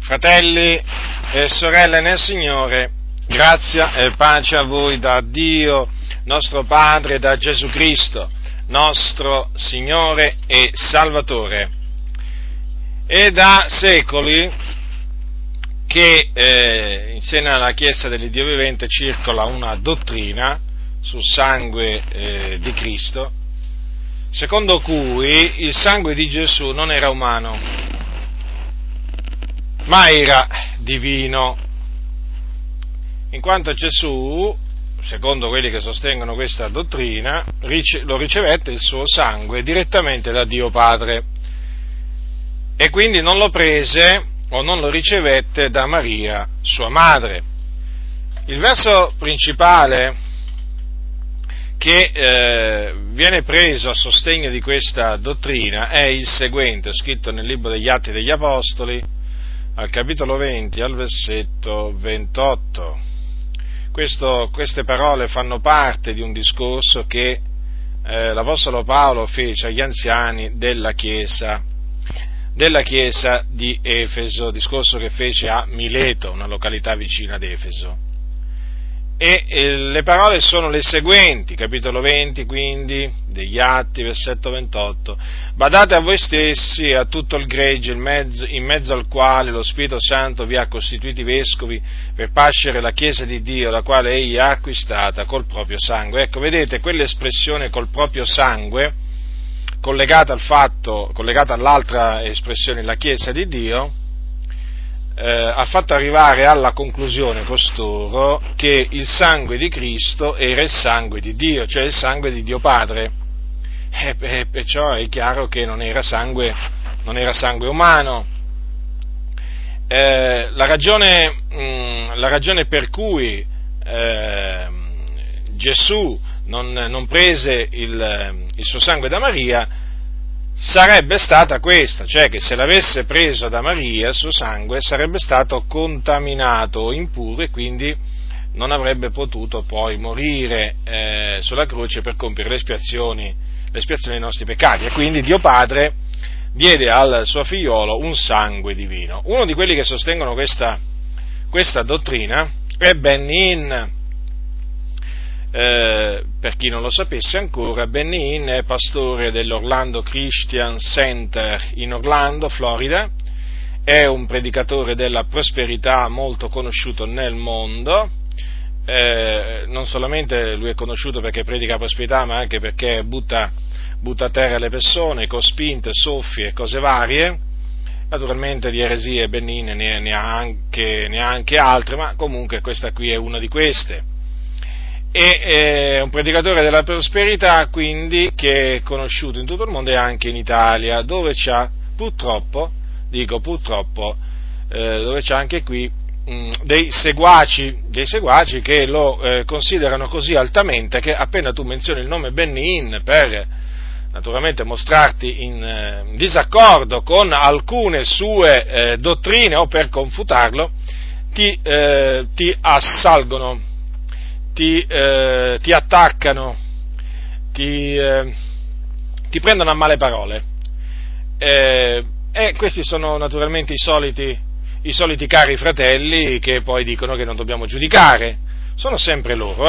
Fratelli e sorelle nel Signore, grazia e pace a voi da Dio, nostro Padre, da Gesù Cristo, nostro Signore e Salvatore. È da secoli che in seno alla Chiesa dell'Iddio vivente circola una dottrina sul sangue di Cristo, secondo cui il sangue di Gesù non era umano, ma era divino, in quanto Gesù, secondo quelli che sostengono questa dottrina, lo ricevette il suo sangue direttamente da Dio Padre e quindi non lo prese o non lo ricevette da Maria, sua madre. Il verso principale che viene preso a sostegno di questa dottrina è il seguente, scritto nel libro degli Atti degli Apostoli, al capitolo 20, al versetto 28. Queste parole fanno parte di un discorso che l'Apostolo Paolo fece agli anziani della Chiesa di Efeso, discorso che fece a Mileto, una località vicina ad Efeso. E le parole sono le seguenti, capitolo 20 quindi, degli Atti, versetto 28. Badate a voi stessi e a tutto il gregge in mezzo al quale lo Spirito Santo vi ha costituiti vescovi per pascere la Chiesa di Dio, la quale egli ha acquistata col proprio sangue. Ecco, vedete, quell'espressione col proprio sangue, collegata all'altra espressione, la Chiesa di Dio, ha fatto arrivare alla conclusione costoro che il sangue di Cristo era il sangue di Dio, cioè il sangue di Dio Padre, e perciò è chiaro che non era sangue umano. La ragione per cui Gesù non prese il suo sangue da Maria sarebbe stata questa, cioè che se l'avesse preso da Maria il suo sangue sarebbe stato contaminato, impuro, e quindi non avrebbe potuto poi morire sulla croce per compiere l'espiazione dei nostri peccati, e quindi Dio Padre diede al suo figliolo un sangue divino. Uno di quelli che sostengono questa dottrina è Benny Hinn. Per chi non lo sapesse ancora, Benny Hinn è pastore dell'Orlando Christian Center in Orlando, Florida, è un predicatore della prosperità molto conosciuto nel mondo, non solamente lui è conosciuto perché predica prosperità, ma anche perché butta a terra le persone con spinte, soffi e cose varie. Naturalmente di eresie Benny Hinn ne ha anche altre, ma comunque questa qui è una di queste. È un predicatore della prosperità, quindi, che è conosciuto in tutto il mondo e anche in Italia, dove c'ha purtroppo, dove c'ha anche qui dei seguaci che lo considerano così altamente che appena tu menzioni il nome Benny Hinn per naturalmente mostrarti in disaccordo con alcune sue dottrine o per confutarlo, ti assalgono, ti attaccano, ti prendono a male parole, e questi sono naturalmente i soliti cari fratelli che poi dicono che non dobbiamo giudicare. Sono sempre loro,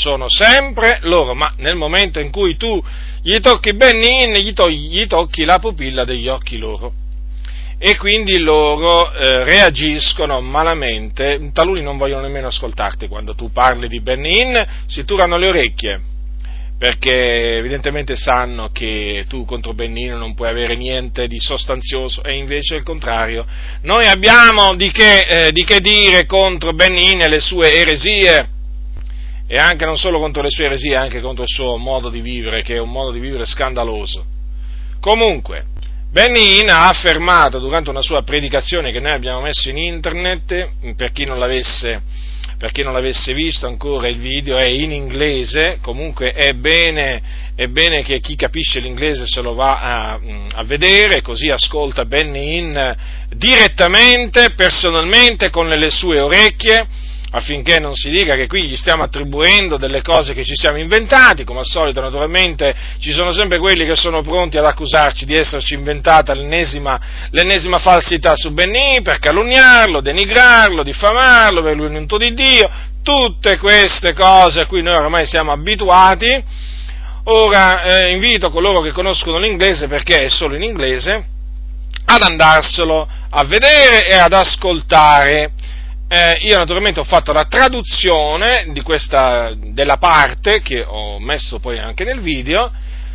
ma nel momento in cui tu gli tocchi Benny Hinn, gli tocchi la pupilla degli occhi loro, e quindi loro reagiscono malamente. Taluni non vogliono nemmeno ascoltarti quando tu parli di Benny Hinn, si turano le orecchie, perché evidentemente sanno che tu contro Benny Hinn non puoi avere niente di sostanzioso, e invece il contrario. Noi abbiamo di che dire contro Benny Hinn e le sue eresie, e anche non solo contro le sue eresie, anche contro il suo modo di vivere, che è un modo di vivere scandaloso. Comunque, Benny Hinn ha affermato durante una sua predicazione che noi abbiamo messo in internet, per chi non l'avesse visto ancora il video è in inglese, comunque è bene che chi capisce l'inglese se lo va a vedere, così ascolta Benny Hinn direttamente, personalmente, con le sue orecchie, affinché non si dica che qui gli stiamo attribuendo delle cose che ci siamo inventati. Come al solito, naturalmente, ci sono sempre quelli che sono pronti ad accusarci di esserci inventata l'ennesima falsità su Benny, per calunniarlo, denigrarlo, diffamarlo, per lui un unto di Dio, tutte queste cose a cui noi ormai siamo abituati. Ora invito coloro che conoscono l'inglese, perché è solo in inglese, ad andarselo a vedere e ad ascoltare. Io naturalmente ho fatto la traduzione della parte che ho messo poi anche nel video,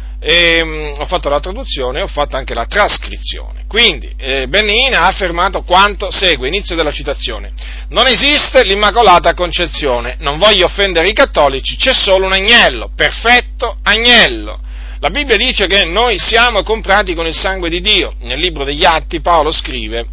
ho fatto la traduzione e ho fatto anche la trascrizione. Quindi Benny Hinn ha affermato quanto segue, inizio della citazione: non esiste l'Immacolata Concezione, non voglio offendere i cattolici, c'è solo un agnello, perfetto agnello. La Bibbia dice che noi siamo comprati con il sangue di Dio. Nel libro degli Atti Paolo scrive: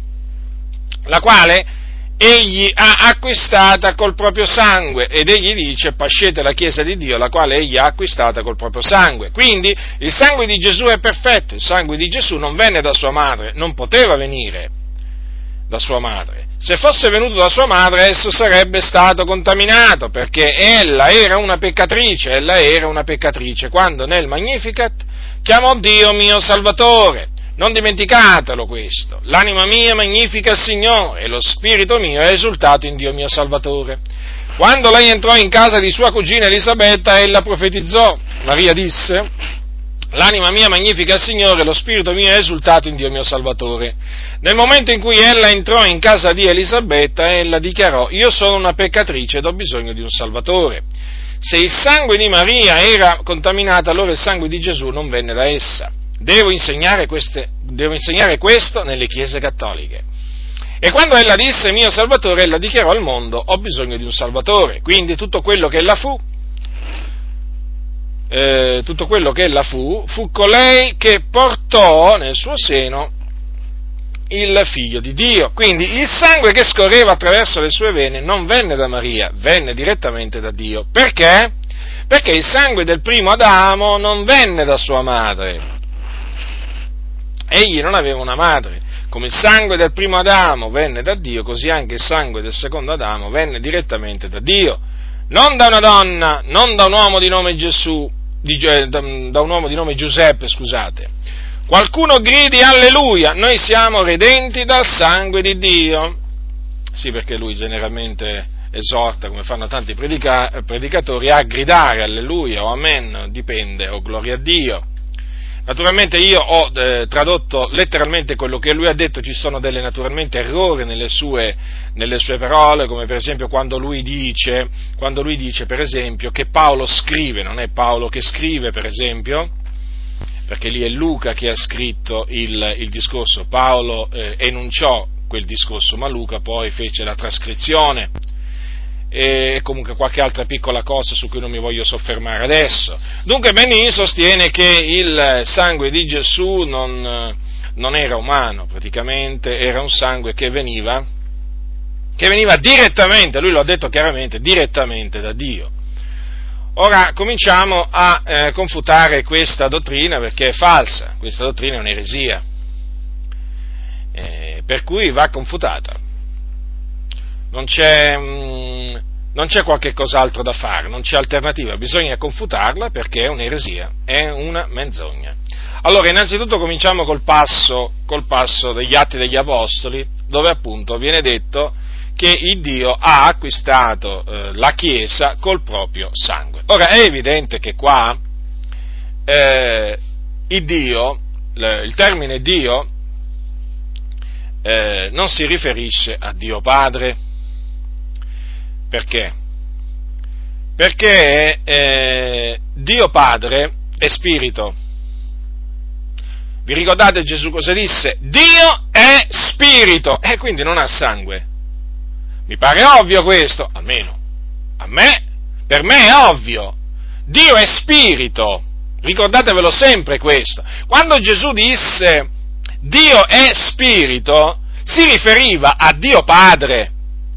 la quale egli ha acquistata col proprio sangue, ed egli dice: pascete la Chiesa di Dio, la quale egli ha acquistata col proprio sangue. Quindi il sangue di Gesù è perfetto, il sangue di Gesù non venne da sua madre, non poteva venire da sua madre. Se fosse venuto da sua madre, esso sarebbe stato contaminato, perché ella era una peccatrice, quando nel Magnificat chiamò Dio mio Salvatore. Non dimenticatelo questo: l'anima mia magnifica il Signore e lo spirito mio è esultato in Dio mio Salvatore. Quando lei entrò in casa di sua cugina Elisabetta, ella profetizzò. Maria disse: l'anima mia magnifica il Signore e lo spirito mio è esultato in Dio mio Salvatore. Nel momento in cui ella entrò in casa di Elisabetta, ella dichiarò: io sono una peccatrice ed ho bisogno di un Salvatore. Se il sangue di Maria era contaminato, allora il sangue di Gesù non venne da essa. Devo insegnare questo nelle chiese cattoliche. E quando ella disse mio Salvatore, ella dichiarò al mondo: ho bisogno di un Salvatore. Quindi tutto quello che ella fu colei che portò nel suo seno il Figlio di Dio. Quindi il sangue che scorreva attraverso le sue vene non venne da Maria, venne direttamente da Dio. Perché? Perché il sangue del primo Adamo non venne da sua madre. Egli non aveva una madre. Come il sangue del primo Adamo venne da Dio, così anche il sangue del secondo Adamo venne direttamente da Dio. Non da una donna, non da un uomo di nome da un uomo di nome Giuseppe, scusate. Qualcuno gridi alleluia, noi siamo redenti dal sangue di Dio. Sì, perché lui generalmente esorta, come fanno tanti predicatori, a gridare alleluia o amen, dipende, o gloria a Dio. Naturalmente io ho tradotto letteralmente quello che lui ha detto, ci sono naturalmente errori nelle sue parole, come per esempio quando lui dice per esempio che Paolo scrive, non è Paolo che scrive per esempio, perché lì è Luca che ha scritto il discorso, Paolo enunciò quel discorso, ma Luca poi fece la trascrizione. E comunque qualche altra piccola cosa su cui non mi voglio soffermare adesso. Dunque Benny Hinn sostiene che il sangue di Gesù non era umano, praticamente era un sangue che veniva direttamente, lui lo ha detto chiaramente, direttamente da Dio. Ora cominciamo a confutare questa dottrina, perché è falsa, questa dottrina è un'eresia, per cui va confutata. Non c'è qualche cos'altro da fare, non c'è alternativa, bisogna confutarla perché è un'eresia, è una menzogna. Allora, innanzitutto cominciamo col passo degli Atti degli Apostoli, dove appunto viene detto che il Dio ha acquistato la Chiesa col proprio sangue. Ora, è evidente che qua il termine Dio non si riferisce a Dio Padre. Perché? Perché Dio Padre è spirito. Vi ricordate Gesù cosa disse? Dio è spirito e quindi non ha sangue. Mi pare ovvio questo, almeno per me è ovvio. Dio è spirito, ricordatevelo sempre questo. Quando Gesù disse Dio è spirito, si riferiva a Dio Padre.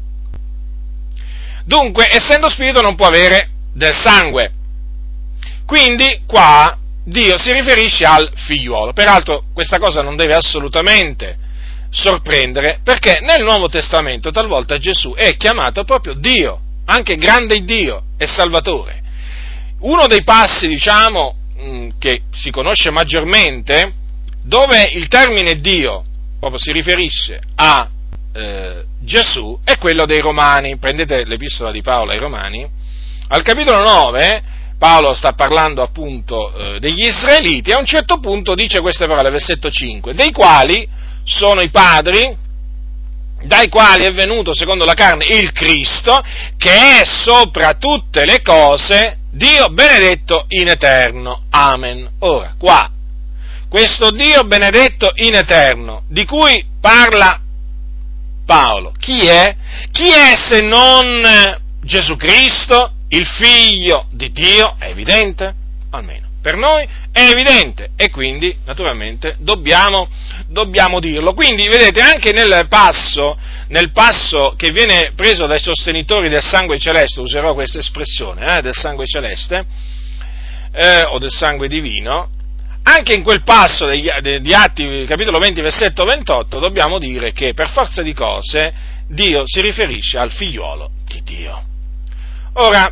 Dunque, essendo spirito non può avere del sangue. Quindi, qua, Dio si riferisce al figliuolo. Peraltro, questa cosa non deve assolutamente sorprendere, perché nel Nuovo Testamento talvolta Gesù è chiamato proprio Dio, anche grande Dio e Salvatore. Uno dei passi, che si conosce maggiormente, dove il termine Dio proprio si riferisce a Gesù, è quello dei Romani. Prendete l'epistola di Paolo ai Romani, al capitolo 9, Paolo sta parlando appunto degli Israeliti, e a un certo punto dice queste parole, versetto 5, dei quali sono i padri, dai quali è venuto secondo la carne il Cristo, che è sopra tutte le cose Dio benedetto in eterno. Amen. Ora, qua, questo Dio benedetto in eterno, di cui parla Paolo, chi è? Chi è se non Gesù Cristo, il Figlio di Dio? È evidente? Almeno per noi è evidente, e quindi naturalmente dobbiamo dirlo. Quindi vedete, anche nel passo che viene preso dai sostenitori del sangue celeste, userò questa espressione, del sangue celeste, o del sangue divino, anche in quel passo di Atti, capitolo 20, versetto 28, dobbiamo dire che per forza di cose Dio si riferisce al figliuolo di Dio. Ora,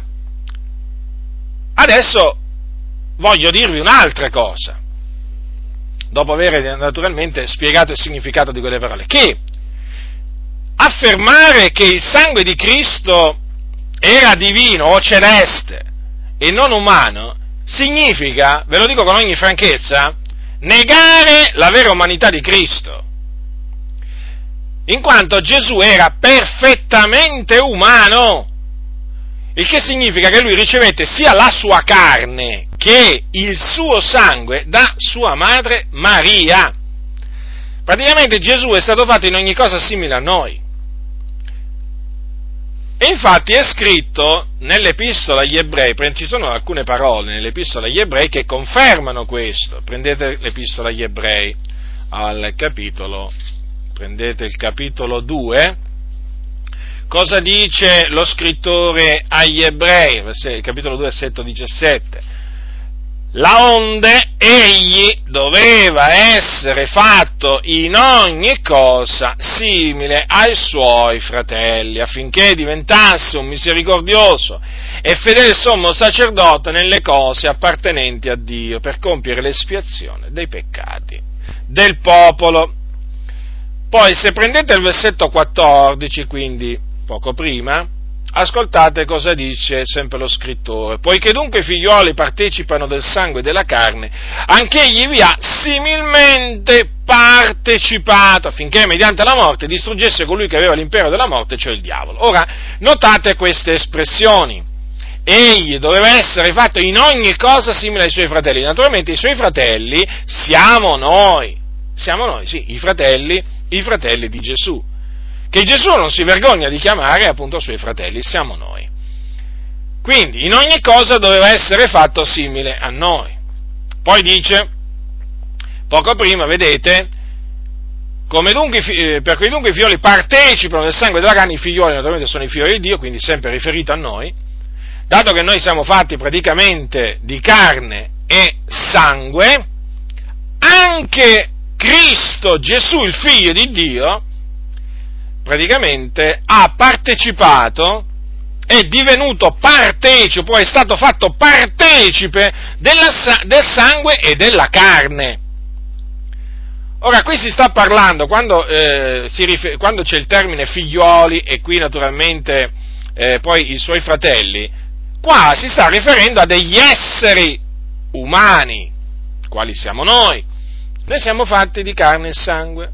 adesso voglio dirvi un'altra cosa, dopo aver naturalmente spiegato il significato di quelle parole, che affermare che il sangue di Cristo era divino o celeste e non umano significa, ve lo dico con ogni franchezza, negare la vera umanità di Cristo, in quanto Gesù era perfettamente umano, il che significa che lui ricevette sia la sua carne che il suo sangue da sua madre Maria. Praticamente Gesù è stato fatto in ogni cosa simile a noi. E infatti è scritto nell'Epistola agli Ebrei, ci sono alcune parole nell'Epistola agli Ebrei che confermano questo. Prendete l'Epistola agli Ebrei, prendete il capitolo 2, cosa dice lo scrittore agli Ebrei, il capitolo 2, versetto 17. Laonde egli doveva essere fatto in ogni cosa simile ai suoi fratelli, affinché diventasse un misericordioso e fedele sommo sacerdote nelle cose appartenenti a Dio, per compiere l'espiazione dei peccati del popolo. Poi, se prendete il versetto 14, quindi poco prima, ascoltate cosa dice sempre lo scrittore: poiché dunque i figlioli partecipano del sangue e della carne, anch'egli vi ha similmente partecipato, affinché mediante la morte distruggesse colui che aveva l'impero della morte, cioè il diavolo. Ora, notate queste espressioni: egli doveva essere fatto in ogni cosa simile ai suoi fratelli. Naturalmente i suoi fratelli siamo noi, sì, i fratelli di Gesù, che Gesù non si vergogna di chiamare appunto suoi fratelli, siamo noi. Quindi in ogni cosa doveva essere fatto simile a noi. Poi dice, poco prima, vedete, per cui dunque i figlioli partecipano del sangue della carne, i figlioli naturalmente sono i figli di Dio, quindi sempre riferito a noi, dato che noi siamo fatti praticamente di carne e sangue, anche Cristo Gesù, il Figlio di Dio, praticamente ha partecipato, è divenuto partecipe, è stato fatto partecipe del sangue e della carne. Ora, qui si sta parlando, quando c'è il termine figlioli, e qui naturalmente poi i suoi fratelli, qua si sta riferendo a degli esseri umani, quali siamo noi. Noi siamo fatti di carne e sangue.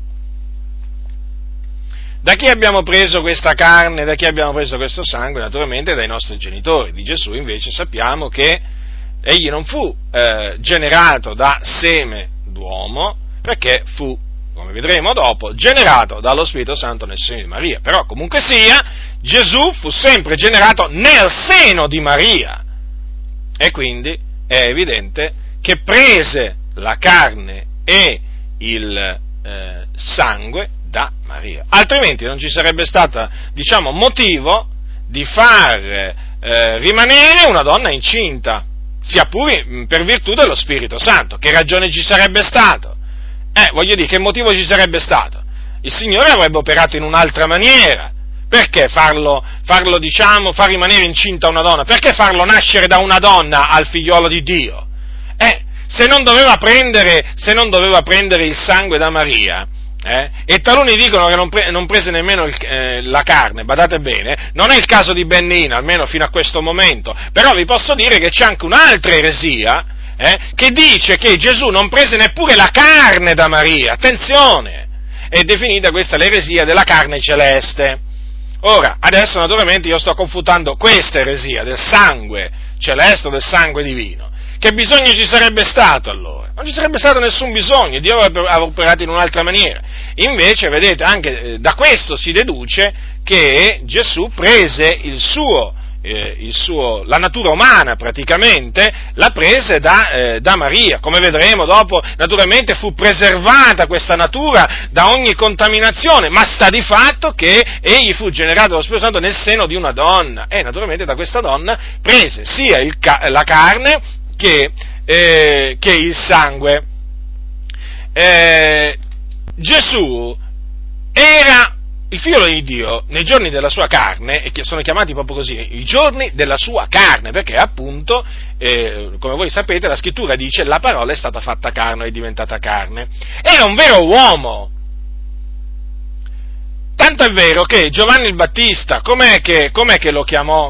Da chi abbiamo preso questa carne, da chi abbiamo preso questo sangue? Naturalmente dai nostri genitori. Di Gesù invece sappiamo che egli non fu generato da seme d'uomo, perché fu, come vedremo dopo, generato dallo Spirito Santo nel seno di Maria. Però comunque sia, Gesù fu sempre generato nel seno di Maria, e quindi è evidente che prese la carne e il sangue da Maria, altrimenti non ci sarebbe stato, motivo di far rimanere una donna incinta, sia pure per virtù dello Spirito Santo. Che ragione ci sarebbe stato? Voglio dire, che motivo ci sarebbe stato? il Signore avrebbe operato in un'altra maniera. Perché far rimanere incinta una donna? Perché farlo nascere da una donna al figliolo di Dio? Se non doveva prendere il sangue da Maria, e taluni dicono che non prese nemmeno la carne, badate bene, non è il caso di Bennin, almeno fino a questo momento, però vi posso dire che c'è anche un'altra eresia, che dice che Gesù non prese neppure la carne da Maria, attenzione, è definita questa l'eresia della carne celeste. Ora, adesso naturalmente io sto confutando questa eresia del sangue celeste o del sangue divino. Che bisogno ci sarebbe stato allora? Non ci sarebbe stato nessun bisogno, Dio aveva operato in un'altra maniera. Invece, vedete, anche da questo si deduce che Gesù prese la natura umana praticamente, la prese da Maria. Come vedremo dopo, naturalmente fu preservata questa natura da ogni contaminazione, ma sta di fatto che egli fu generato dallo Spirito Santo nel seno di una donna, e naturalmente da questa donna prese sia la carne che il sangue. Gesù era il figlio di Dio nei giorni della sua carne, e che sono chiamati proprio così, i giorni della sua carne, perché appunto, come voi sapete, la scrittura dice: la parola è stata fatta carne, è diventata carne. Era un vero uomo. Tanto è vero che Giovanni il Battista, com'è che lo chiamò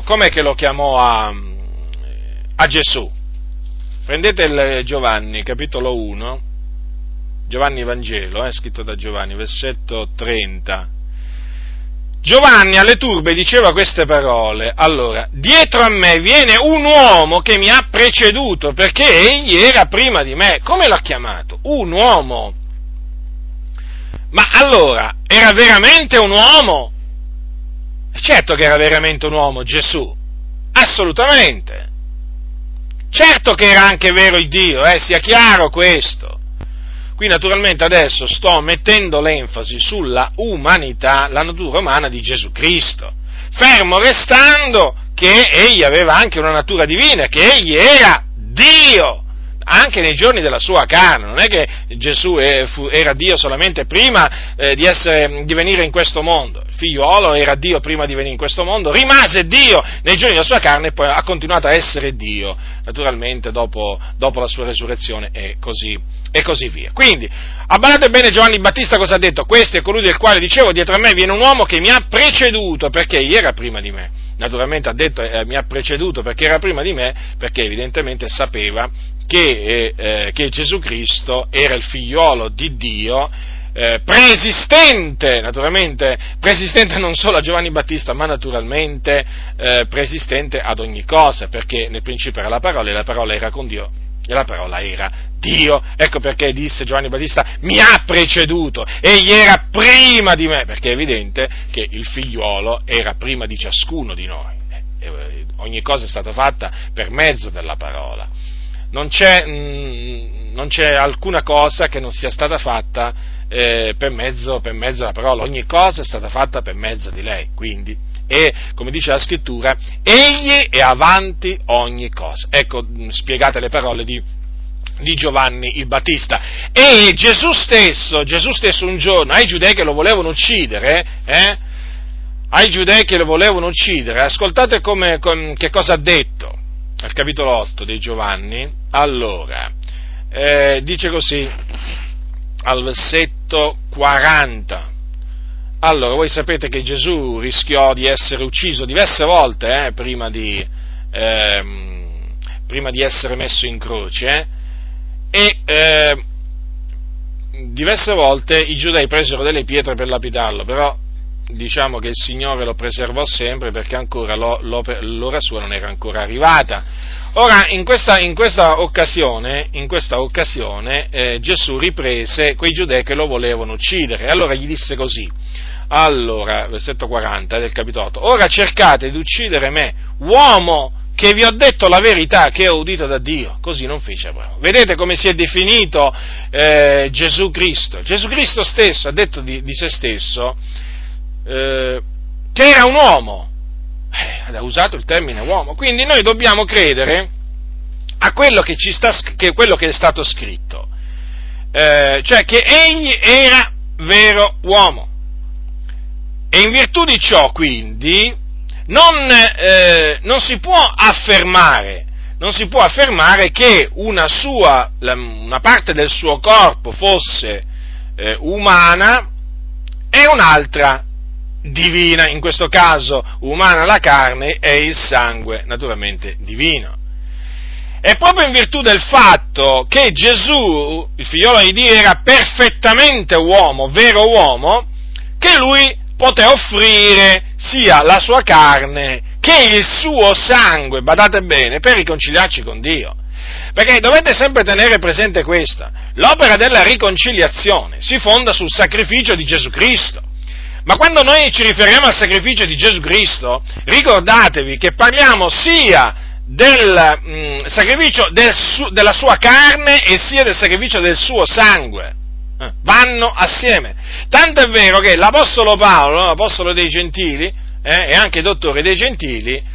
a Gesù? Prendete il Giovanni, capitolo 1, Giovanni Vangelo, scritto da Giovanni, versetto 30. Giovanni alle turbe diceva queste parole: allora, dietro a me viene un uomo che mi ha preceduto, perché egli era prima di me. Come l'ha chiamato? Un uomo. Ma allora, era veramente un uomo? Certo che era veramente un uomo Gesù, assolutamente. Certo che era anche vero il Dio, sia chiaro questo. Qui naturalmente adesso sto mettendo l'enfasi sulla umanità, la natura umana di Gesù Cristo, fermo restando che egli aveva anche una natura divina, che egli era Dio, anche nei giorni della sua carne. Non è che Gesù era Dio solamente prima di venire in questo mondo. Il figliuolo era Dio prima di venire in questo mondo, rimase Dio nei giorni della sua carne e poi ha continuato a essere Dio, naturalmente dopo la sua resurrezione e così via. Quindi, badate bene Giovanni Battista cosa ha detto: questo è colui del quale dicevo, dietro a me viene un uomo che mi ha preceduto, perché egli era prima di me. Naturalmente ha detto mi ha preceduto perché era prima di me, perché evidentemente sapeva che Gesù Cristo era il figliolo di Dio, preesistente non solo a Giovanni Battista, ma naturalmente preesistente ad ogni cosa, perché nel principio era la parola, e la parola era con Dio, e la parola era Dio. Ecco perché disse Giovanni Battista: mi ha preceduto, egli era prima di me, perché è evidente che il figliuolo era prima di ciascuno di noi. Ogni cosa è stata fatta per mezzo della parola. Non c'è alcuna cosa che non sia stata fatta per mezzo della parola. Ogni cosa è stata fatta per mezzo di lei, quindi, e come dice la scrittura, egli è avanti ogni cosa. Ecco spiegate le parole di Giovanni il Battista. E Gesù stesso un giorno ai giudei che lo volevano uccidere, ascoltate che cosa ha detto al capitolo 8 di Giovanni. Allora, dice così, al versetto 40, allora, voi sapete che Gesù rischiò di essere ucciso diverse volte, prima di essere messo in croce, e diverse volte i giudei presero delle pietre per lapidarlo, però diciamo che il Signore lo preservò sempre, perché ancora l'ora sua non era ancora arrivata. Ora, in questa occasione, Gesù riprese quei giudei che lo volevano uccidere, e allora gli disse così, allora, versetto 40 del capitolo 8, ora cercate di uccidere me, uomo che vi ho detto la verità che ho udito da Dio. Così non fece Abramo. Vedete come si è definito Gesù Cristo? Gesù Cristo stesso ha detto di se stesso che era un uomo, ha usato il termine uomo, quindi noi dobbiamo credere a quello che quello che è stato scritto, cioè che egli era vero uomo. in virtù di ciò, quindi, non si può affermare che una parte del suo corpo fosse umana e un'altra divina, in questo caso umana la carne e il sangue naturalmente divino. È proprio in virtù del fatto che Gesù, il figliolo di Dio, era perfettamente uomo, vero uomo, che lui poté offrire sia la sua carne che il suo sangue, badate bene, per riconciliarci con Dio. Perché dovete sempre tenere presente questa: l'opera della riconciliazione si fonda sul sacrificio di Gesù Cristo. Ma quando noi ci riferiamo al sacrificio di Gesù Cristo, ricordatevi che parliamo sia del sacrificio della sua carne e sia del sacrificio del suo sangue. Vanno assieme. Tanto è vero che l'Apostolo Paolo, l'Apostolo dei Gentili, e anche dottore dei Gentili,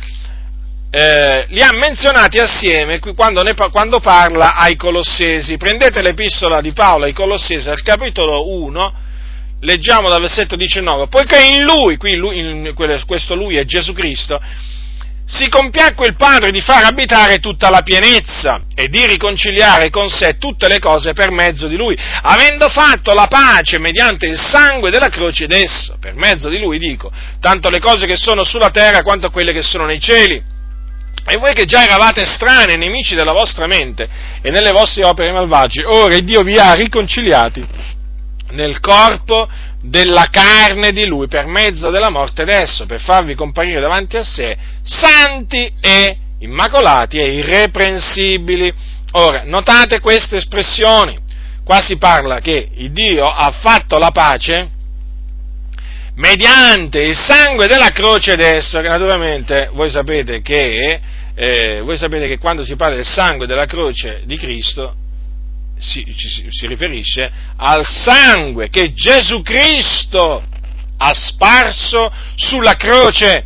li ha menzionati assieme quando parla ai Colossesi. Prendete l'epistola di Paolo ai Colossesi, al capitolo 1, leggiamo dal versetto 19, poiché in lui, questo lui è Gesù Cristo, si compiacque il Padre di far abitare tutta la pienezza e di riconciliare con sé tutte le cose per mezzo di Lui, avendo fatto la pace mediante il sangue della croce d'esso, per mezzo di Lui, dico, tanto le cose che sono sulla terra quanto quelle che sono nei cieli. E voi che già eravate estranei, nemici della vostra mente e nelle vostre opere malvagie, ora Dio vi ha riconciliati nel corpo della carne di Lui, per mezzo della morte d'esso, per farvi comparire davanti a sé santi e immacolati e irreprensibili. Ora, notate queste espressioni. Qua si parla che il Dio ha fatto la pace mediante il sangue della croce d'esso, che naturalmente voi sapete che quando si parla del sangue della croce di Cristo si riferisce al sangue che Gesù Cristo ha sparso sulla croce,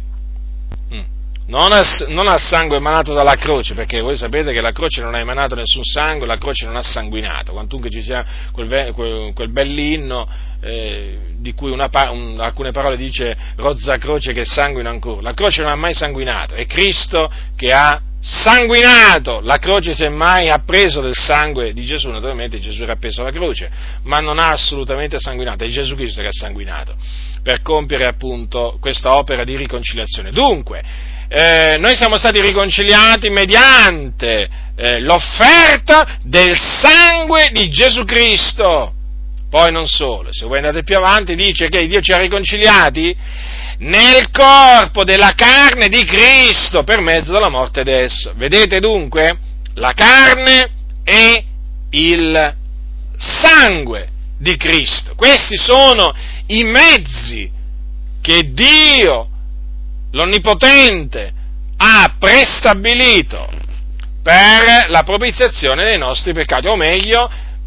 non al sangue emanato dalla croce, perché voi sapete che la croce non ha emanato nessun sangue, la croce non ha sanguinato, quantunque ci sia quel bell'inno di cui alcune parole dice rozza croce che sanguina ancora. La croce non ha mai sanguinato, è Cristo che ha sanguinato. La croce semmai ha preso del sangue di Gesù, naturalmente Gesù era appeso alla croce, ma non ha assolutamente sanguinato, è Gesù Cristo che ha sanguinato per compiere appunto questa opera di riconciliazione. Dunque, noi siamo stati riconciliati mediante l'offerta del sangue di Gesù Cristo. Poi non solo, se voi andate più avanti dice che Dio ci ha riconciliati nel corpo della carne di Cristo per mezzo della morte d'esso. Vedete dunque? La carne e il sangue di Cristo. Questi sono i mezzi che Dio, l'Onnipotente, ha prestabilito per la propiziazione dei nostri peccati, o meglio,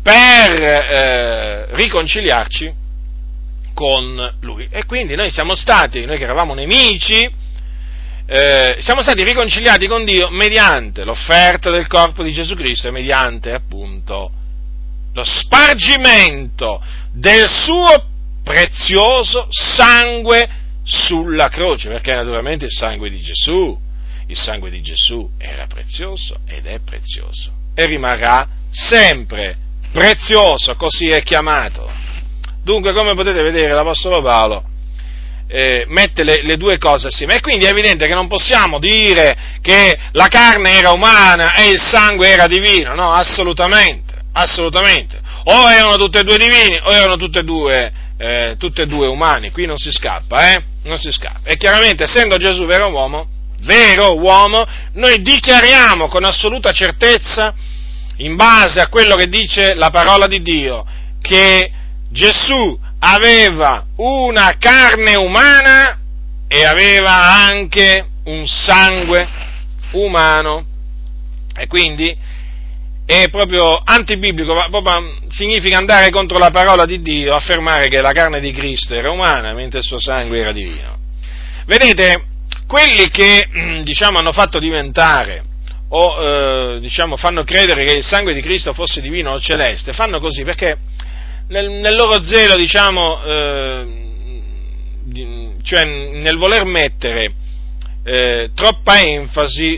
per riconciliarci con Lui. E quindi noi che eravamo nemici, siamo stati riconciliati con Dio mediante l'offerta del corpo di Gesù Cristo e mediante appunto lo spargimento del suo prezioso sangue sulla croce, perché naturalmente il sangue di Gesù era prezioso ed è prezioso e rimarrà sempre prezioso, così è chiamato. Dunque, come potete vedere, l'Apostolo Paolo mette le due cose assieme, e quindi è evidente che non possiamo dire che la carne era umana e il sangue era divino, no, assolutamente, o erano tutte e due divini o erano tutte e due umani, qui non si scappa, non si scappa. E chiaramente, essendo Gesù vero uomo, noi dichiariamo con assoluta certezza, in base a quello che dice la parola di Dio, che Gesù aveva una carne umana e aveva anche un sangue umano, e quindi è proprio antibiblico, proprio significa andare contro la parola di Dio, affermare che la carne di Cristo era umana mentre il suo sangue era divino. Vedete, quelli che hanno fatto diventare o fanno credere che il sangue di Cristo fosse divino o celeste, fanno così perché nel loro zelo cioè nel voler mettere troppa enfasi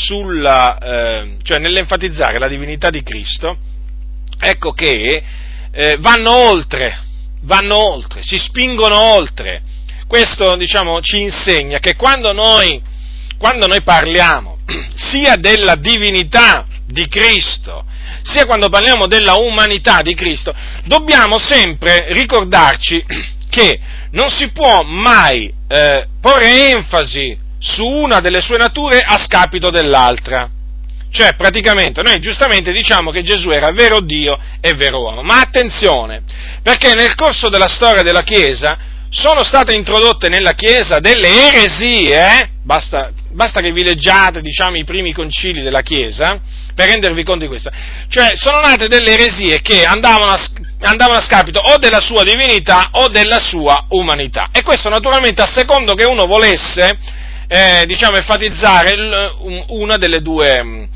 cioè nell'enfatizzare la divinità di Cristo, ecco che vanno oltre, si spingono oltre. Questo, ci insegna che quando noi parliamo sia della divinità di Cristo, sia quando parliamo della umanità di Cristo, dobbiamo sempre ricordarci che non si può mai porre enfasi su una delle sue nature a scapito dell'altra. Cioè, praticamente, noi giustamente diciamo che Gesù era vero Dio e vero uomo, ma attenzione, perché nel corso della storia della Chiesa sono state introdotte nella Chiesa delle eresie, basta che vi leggiate, i primi concili della Chiesa, per rendervi conto di questo. Cioè, sono nate delle eresie che andavano a scapito o della sua divinità o della sua umanità. E questo naturalmente a secondo che uno volesse, enfatizzare una delle due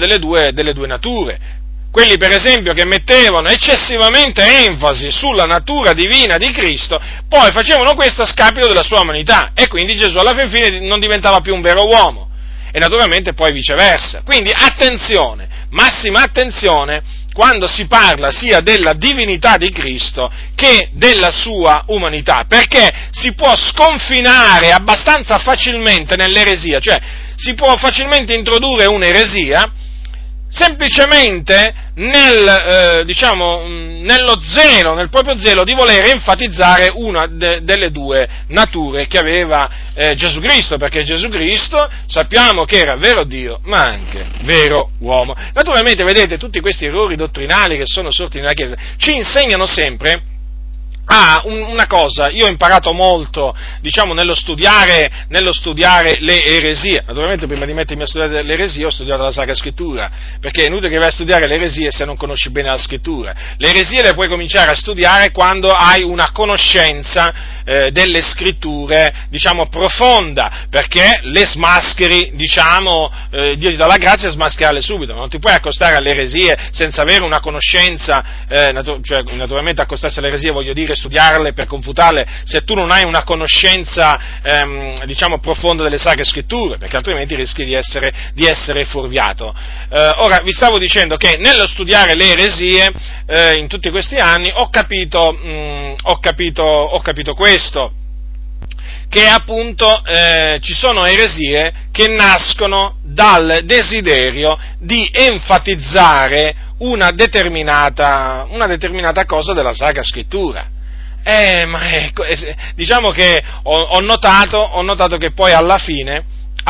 nature. Quelli per esempio che mettevano eccessivamente enfasi sulla natura divina di Cristo, poi facevano questo a scapito della sua umanità, e quindi Gesù alla fine non diventava più un vero uomo, e naturalmente poi viceversa. Quindi attenzione, massima attenzione, quando si parla sia della divinità di Cristo che della sua umanità, perché si può sconfinare abbastanza facilmente nell'eresia, cioè si può facilmente introdurre un'eresia semplicemente nello zelo, nel proprio zelo di voler enfatizzare una delle due nature che aveva Gesù Cristo, perché Gesù Cristo sappiamo che era vero Dio, ma anche vero uomo. Naturalmente, vedete, tutti questi errori dottrinali che sono sorti nella Chiesa ci insegnano sempre una cosa. Io ho imparato molto, nello studiare le eresie. Naturalmente prima di mettermi a studiare le eresie ho studiato la Sacra Scrittura, perché è inutile che vai a studiare le eresie se non conosci bene la Scrittura. Le eresie le puoi cominciare a studiare quando hai una conoscenza delle Scritture, profonda, perché le smascheri, Dio ti dà la grazia di smascherarle subito. Non ti puoi accostare alle eresie senza avere una conoscenza, naturalmente accostarsi alle eresie voglio dire studiarle per confutarle, se tu non hai una conoscenza, profonda delle Sacre Scritture, perché altrimenti rischi di essere fuorviato. Ora, vi stavo dicendo che nello studiare le eresie, in tutti questi anni, ho capito questo, che appunto ci sono eresie che nascono dal desiderio di enfatizzare una determinata cosa della Sacra Scrittura. Diciamo che ho notato che poi alla fine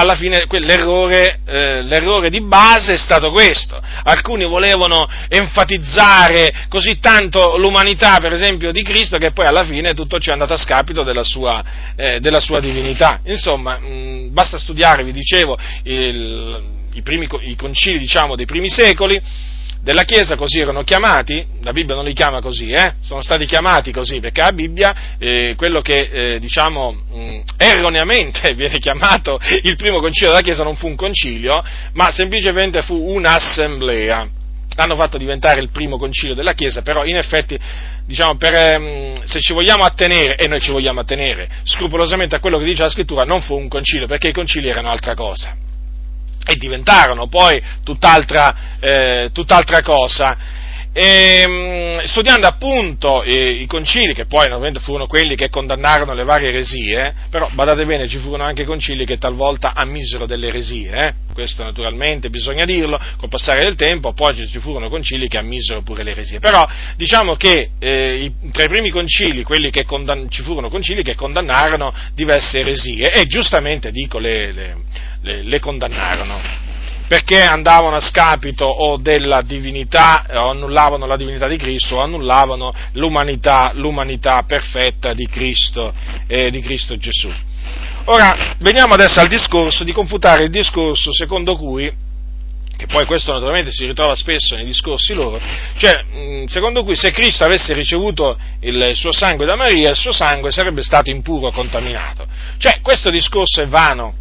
l'errore di base è stato questo. Alcuni volevano enfatizzare così tanto l'umanità, per esempio, di Cristo, che poi alla fine tutto ciò è andato a scapito della sua divinità. Insomma, basta studiare, vi dicevo, i concili, dei primi secoli della Chiesa, così erano chiamati. La Bibbia non li chiama così, sono stati chiamati così, perché la Bibbia, quello che erroneamente viene chiamato il primo concilio della Chiesa non fu un concilio, ma semplicemente fu un'assemblea. L'hanno fatto diventare il primo concilio della Chiesa, però in effetti, se ci vogliamo attenere, e noi ci vogliamo attenere scrupolosamente a quello che dice la Scrittura, non fu un concilio, perché i concili erano altra cosa. E diventarono poi tutt'altra cosa. Studiando appunto i concili, che poi naturalmente furono quelli che condannarono le varie eresie, però badate bene, ci furono anche concili che talvolta ammisero delle eresie, questo naturalmente bisogna dirlo, col passare del tempo poi ci furono concili che ammisero pure le eresie, però diciamo che tra i primi concili, ci furono concili che condannarono diverse eresie, e giustamente dico le condannarono, perché andavano a scapito o della divinità, o annullavano la divinità di Cristo, o annullavano l'umanità perfetta di Cristo Gesù. Ora, veniamo adesso al discorso, di confutare il discorso secondo cui, che poi questo naturalmente si ritrova spesso nei discorsi loro, cioè, secondo cui se Cristo avesse ricevuto il suo sangue da Maria, il suo sangue sarebbe stato impuro o contaminato. Cioè, questo discorso è vano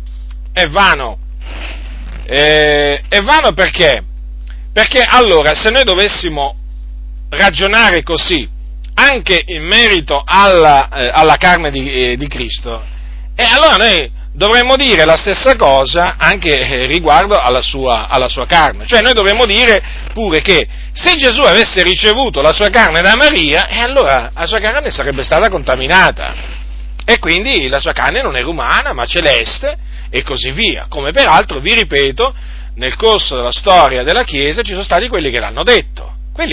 perché? Perché allora, se noi dovessimo ragionare così, anche in merito alla carne di Cristo, e allora noi dovremmo dire la stessa cosa anche riguardo alla sua carne. Cioè noi dovremmo dire pure che se Gesù avesse ricevuto la sua carne da Maria, e allora la sua carne sarebbe stata contaminata, e quindi la sua carne non era umana ma celeste, e così via. Come peraltro, vi ripeto, nel corso della storia della Chiesa ci sono stati quelli che l'hanno detto,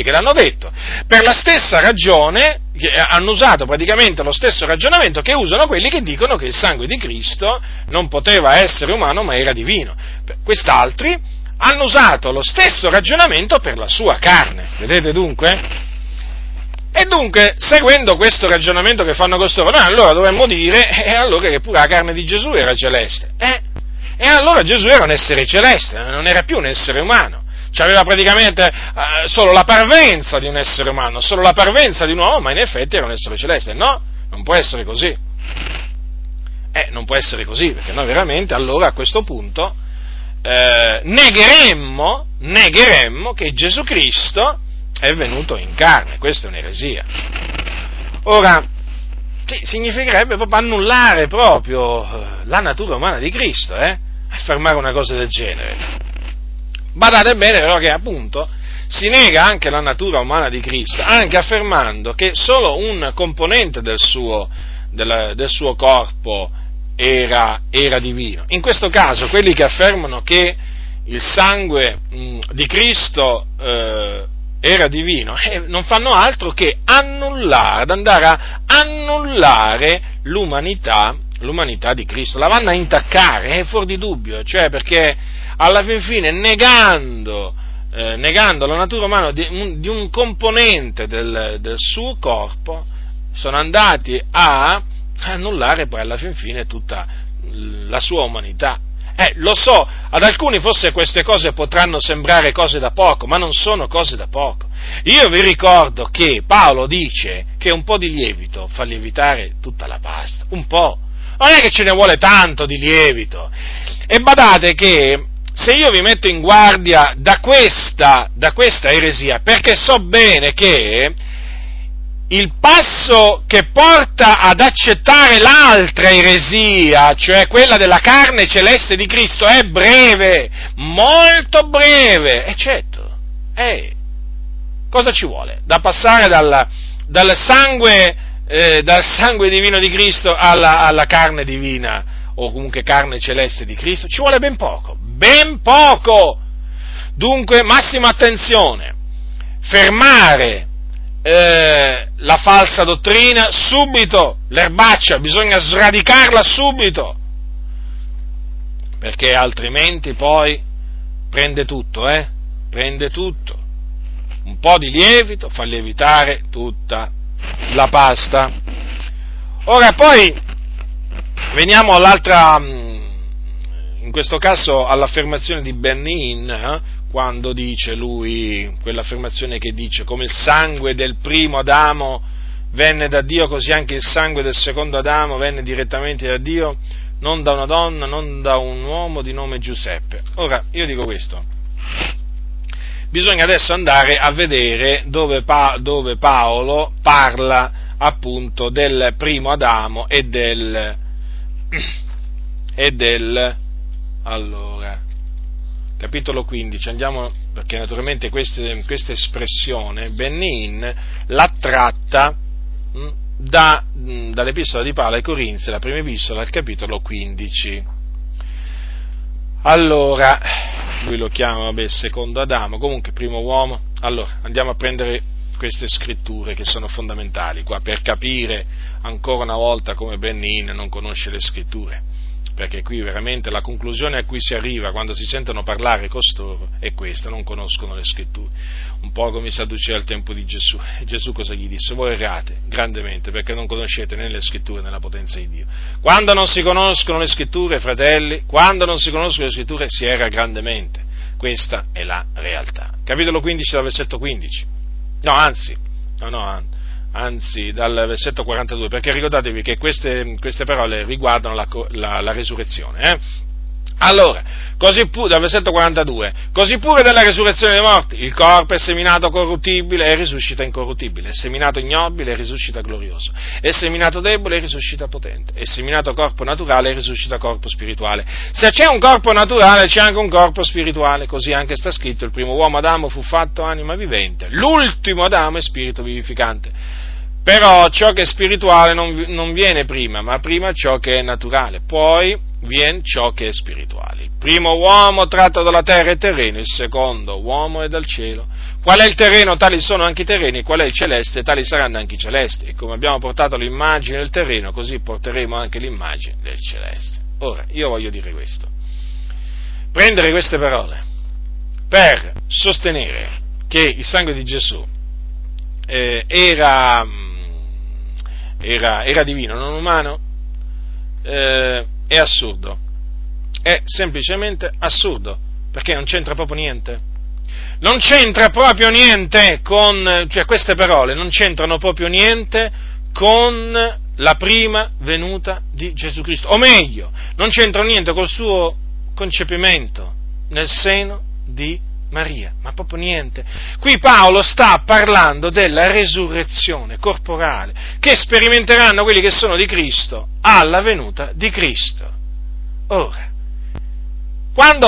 per la stessa ragione, che hanno usato praticamente lo stesso ragionamento che usano quelli che dicono che il sangue di Cristo non poteva essere umano ma era divino. Quest'altri hanno usato lo stesso ragionamento per la sua carne, vedete dunque? E dunque, seguendo questo ragionamento che fanno costoro, noi allora dovremmo dire allora che pure la carne di Gesù era celeste. E allora Gesù era un essere celeste, non era più un essere umano. Aveva praticamente solo la parvenza di un essere umano, solo la parvenza di un uomo, ma in effetti era un essere celeste. No, non può essere così. Non può essere così, perché noi veramente allora a questo punto negheremmo che Gesù Cristo è venuto in carne. Questa è un'eresia. Ora, significherebbe proprio annullare proprio la natura umana di Cristo, affermare una cosa del genere. Badate bene però che appunto si nega anche la natura umana di Cristo, anche affermando che solo un componente del suo corpo era divino. In questo caso quelli che affermano che il sangue di Cristo era divino non fanno altro che andare a annullare l'umanità di Cristo, la vanno a intaccare, è fuori di dubbio, cioè perché alla fin fine negando la natura umana di un componente del suo corpo, sono andati a annullare poi alla fin fine tutta la sua umanità. Lo so, ad alcuni forse queste cose potranno sembrare cose da poco, ma non sono cose da poco. Io vi ricordo che Paolo dice che un po' di lievito fa lievitare tutta la pasta, un po'. Non è che ce ne vuole tanto di lievito. E badate che se io vi metto in guardia da questa eresia, perché so bene che il passo che porta ad accettare l'altra eresia, cioè quella della carne celeste di Cristo, è breve, molto breve, e certo, cosa ci vuole? Da passare dal sangue divino di Cristo alla carne divina, o comunque carne celeste di Cristo, ci vuole ben poco. Dunque, massima attenzione, fermare la falsa dottrina subito, l'erbaccia, bisogna sradicarla subito, perché altrimenti poi prende tutto, un po' di lievito fa lievitare tutta la pasta. Ora poi veniamo all'altra, in questo caso all'affermazione di Benny Hinn, quando dice lui, quell'affermazione che dice: come il sangue del primo Adamo venne da Dio, così anche il sangue del secondo Adamo venne direttamente da Dio, non da una donna, non da un uomo di nome Giuseppe. Ora, io dico questo: bisogna adesso andare a vedere dove Paolo parla appunto del primo Adamo e allora, capitolo 15, andiamo, perché naturalmente questa espressione Benny Hinn l'ha tratta dall'epistola di Paolo ai Corinzi, la prima epistola, al capitolo 15. Allora, lui lo chiama, secondo Adamo, comunque primo uomo. Allora, andiamo a prendere queste scritture che sono fondamentali qua per capire ancora una volta come Benny Hinn non conosce le scritture, perché qui veramente la conclusione a cui si arriva quando si sentono parlare costoro è questa: non conoscono le scritture, un po' come i Sadducei al tempo di Gesù. E Gesù cosa gli disse? Voi errate grandemente perché non conoscete né le scritture né la potenza di Dio. Quando non si conoscono le scritture, fratelli, si erra grandemente. Questa è la realtà. Capitolo 15 dal versetto 15. Anzi, dal versetto 42, perché ricordatevi che queste parole riguardano la resurrezione. Allora, dal versetto 42, così pure della resurrezione dei morti, il corpo è seminato corruttibile e risuscita incorruttibile, è seminato ignobile e risuscita glorioso, è seminato debole e risuscita potente, è seminato corpo naturale e risuscita corpo spirituale. Se c'è un corpo naturale c'è anche un corpo spirituale, così anche sta scritto, il primo uomo Adamo fu fatto anima vivente, l'ultimo Adamo è spirito vivificante. Però ciò che è spirituale non viene prima, ma prima ciò che è naturale, poi viene ciò che è spirituale. Il primo uomo tratto dalla terra è terreno, il secondo uomo è dal cielo. Qual è il terreno? Tali sono anche i terreni, qual è il celeste? Tali saranno anche i celesti. E come abbiamo portato l'immagine del terreno, così porteremo anche l'immagine del celeste. Ora, io voglio dire questo. Prendere queste parole per sostenere che il sangue di Gesù era divino, non umano, è assurdo, è semplicemente assurdo, perché non c'entra proprio niente, cioè queste parole non c'entrano proprio niente con la prima venuta di Gesù Cristo, o meglio, non c'entrano niente col suo concepimento nel seno di Maria, ma proprio niente. Qui Paolo sta parlando della resurrezione corporale che sperimenteranno quelli che sono di Cristo alla venuta di Cristo. Ora, quando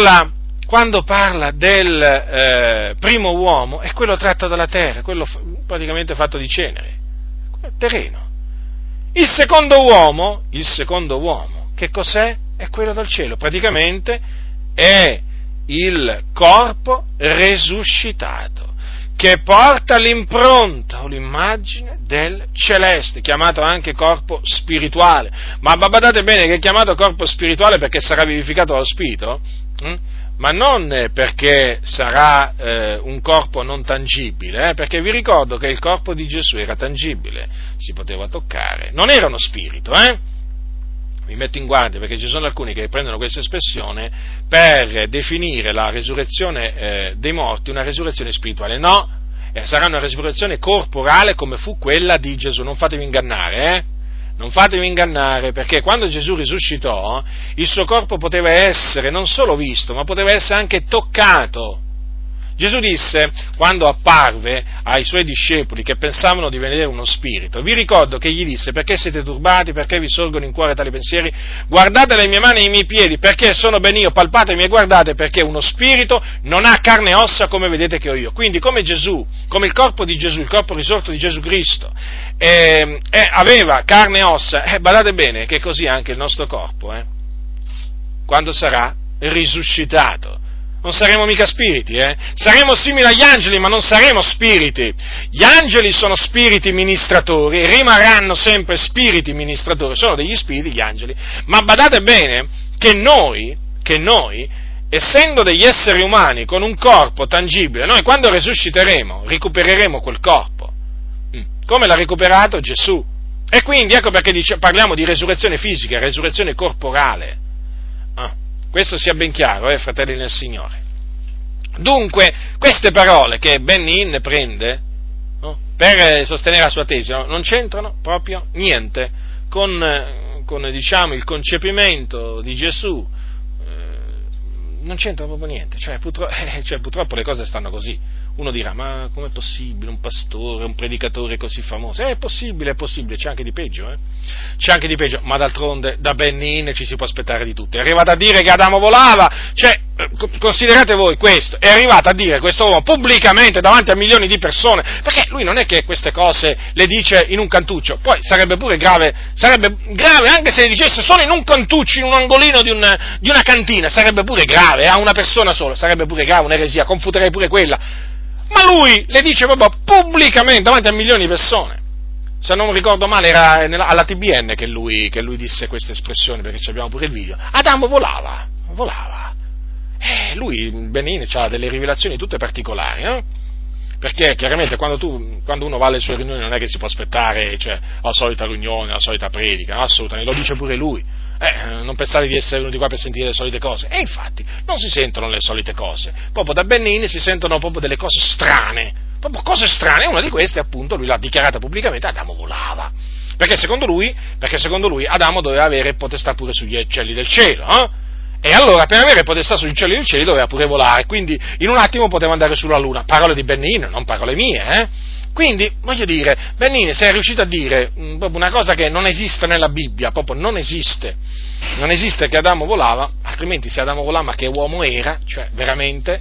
parla del primo uomo è quello tratto dalla terra, quello praticamente fatto di cenere, terreno. Il secondo uomo, che cos'è? È quello dal cielo, praticamente è il corpo resuscitato, che porta l'impronta o l'immagine del celeste, chiamato anche corpo spirituale. Ma badate bene che è chiamato corpo spirituale perché sarà vivificato dallo Spirito, ma non perché sarà un corpo non tangibile, perché vi ricordo che il corpo di Gesù era tangibile, si poteva toccare, non era uno spirito, Vi metto in guardia perché ci sono alcuni che prendono questa espressione per definire la resurrezione dei morti una resurrezione spirituale. No, sarà una resurrezione corporale come fu quella di Gesù, non fatevi ingannare, Non fatevi ingannare, perché quando Gesù risuscitò, il suo corpo poteva essere non solo visto, ma poteva essere anche toccato. Gesù disse, quando apparve ai suoi discepoli che pensavano di vedere uno spirito, vi ricordo che gli disse, perché siete turbati, perché vi sorgono in cuore tali pensieri? Guardate le mie mani e i miei piedi, perché sono ben io, palpatemi e guardate, perché uno spirito non ha carne e ossa come vedete che ho io. Quindi come Gesù, come il corpo di Gesù, il corpo risorto di Gesù Cristo, aveva carne e ossa, badate bene che così anche il nostro corpo, quando sarà risuscitato. Non saremo mica spiriti, Saremo simili agli angeli, ma non saremo spiriti. Gli angeli sono spiriti ministratori, rimarranno sempre spiriti ministratori, sono degli spiriti gli angeli. Ma badate bene che noi, essendo degli esseri umani con un corpo tangibile, noi quando risusciteremo, recupereremo quel corpo. Come l'ha recuperato Gesù. E quindi ecco perché parliamo di resurrezione fisica, resurrezione corporale. Questo sia ben chiaro, fratelli nel Signore. Dunque, queste parole che Benny Hinn prende per sostenere la sua tesi non c'entrano proprio niente con diciamo, il concepimento di Gesù, non c'entra proprio niente, purtroppo le cose stanno così. Uno dirà, ma com'è possibile un pastore, un predicatore così famoso? È possibile, c'è anche di peggio, C'è anche di peggio, ma d'altronde da Benny Hinn ci si può aspettare di tutto. È arrivato a dire che Adamo volava, considerate voi questo, è arrivato a dire questo uomo pubblicamente davanti a milioni di persone, perché lui non è che queste cose le dice in un cantuccio, poi sarebbe grave anche se le dicesse solo in un cantuccio, in un angolino di una cantina, sarebbe pure grave, a una persona sola, sarebbe pure grave, un'eresia, confuterei pure quella. Ma lui le dice proprio pubblicamente davanti a milioni di persone. Se non ricordo male era alla TBN che lui disse questa espressione, perché abbiamo pure il video. Adamo volava. Lui, Benny Hinn, ha delle rivelazioni tutte particolari, Perché chiaramente quando uno va alle sue riunioni non è che si può aspettare la solita riunione, la solita predica, no? Assolutamente, lo dice pure lui. Non pensate di essere venuti qua per sentire le solite cose. E infatti non si sentono le solite cose. Proprio da Benny Hinn si sentono proprio delle cose strane. Proprio cose strane. E una di queste, appunto, lui l'ha dichiarata pubblicamente, Adamo volava. Perché secondo lui Adamo doveva avere potestà pure sugli uccelli del cielo, E allora, per avere potestà sui cieli dei cieli, doveva pure volare, quindi in un attimo poteva andare sulla Luna. Parole di Bennin, non parole mie, Quindi, voglio dire, Bennin si è riuscito a dire proprio una cosa che non esiste nella Bibbia, proprio non esiste. Non esiste che Adamo volava, altrimenti se Adamo volava, ma che uomo era, cioè, veramente,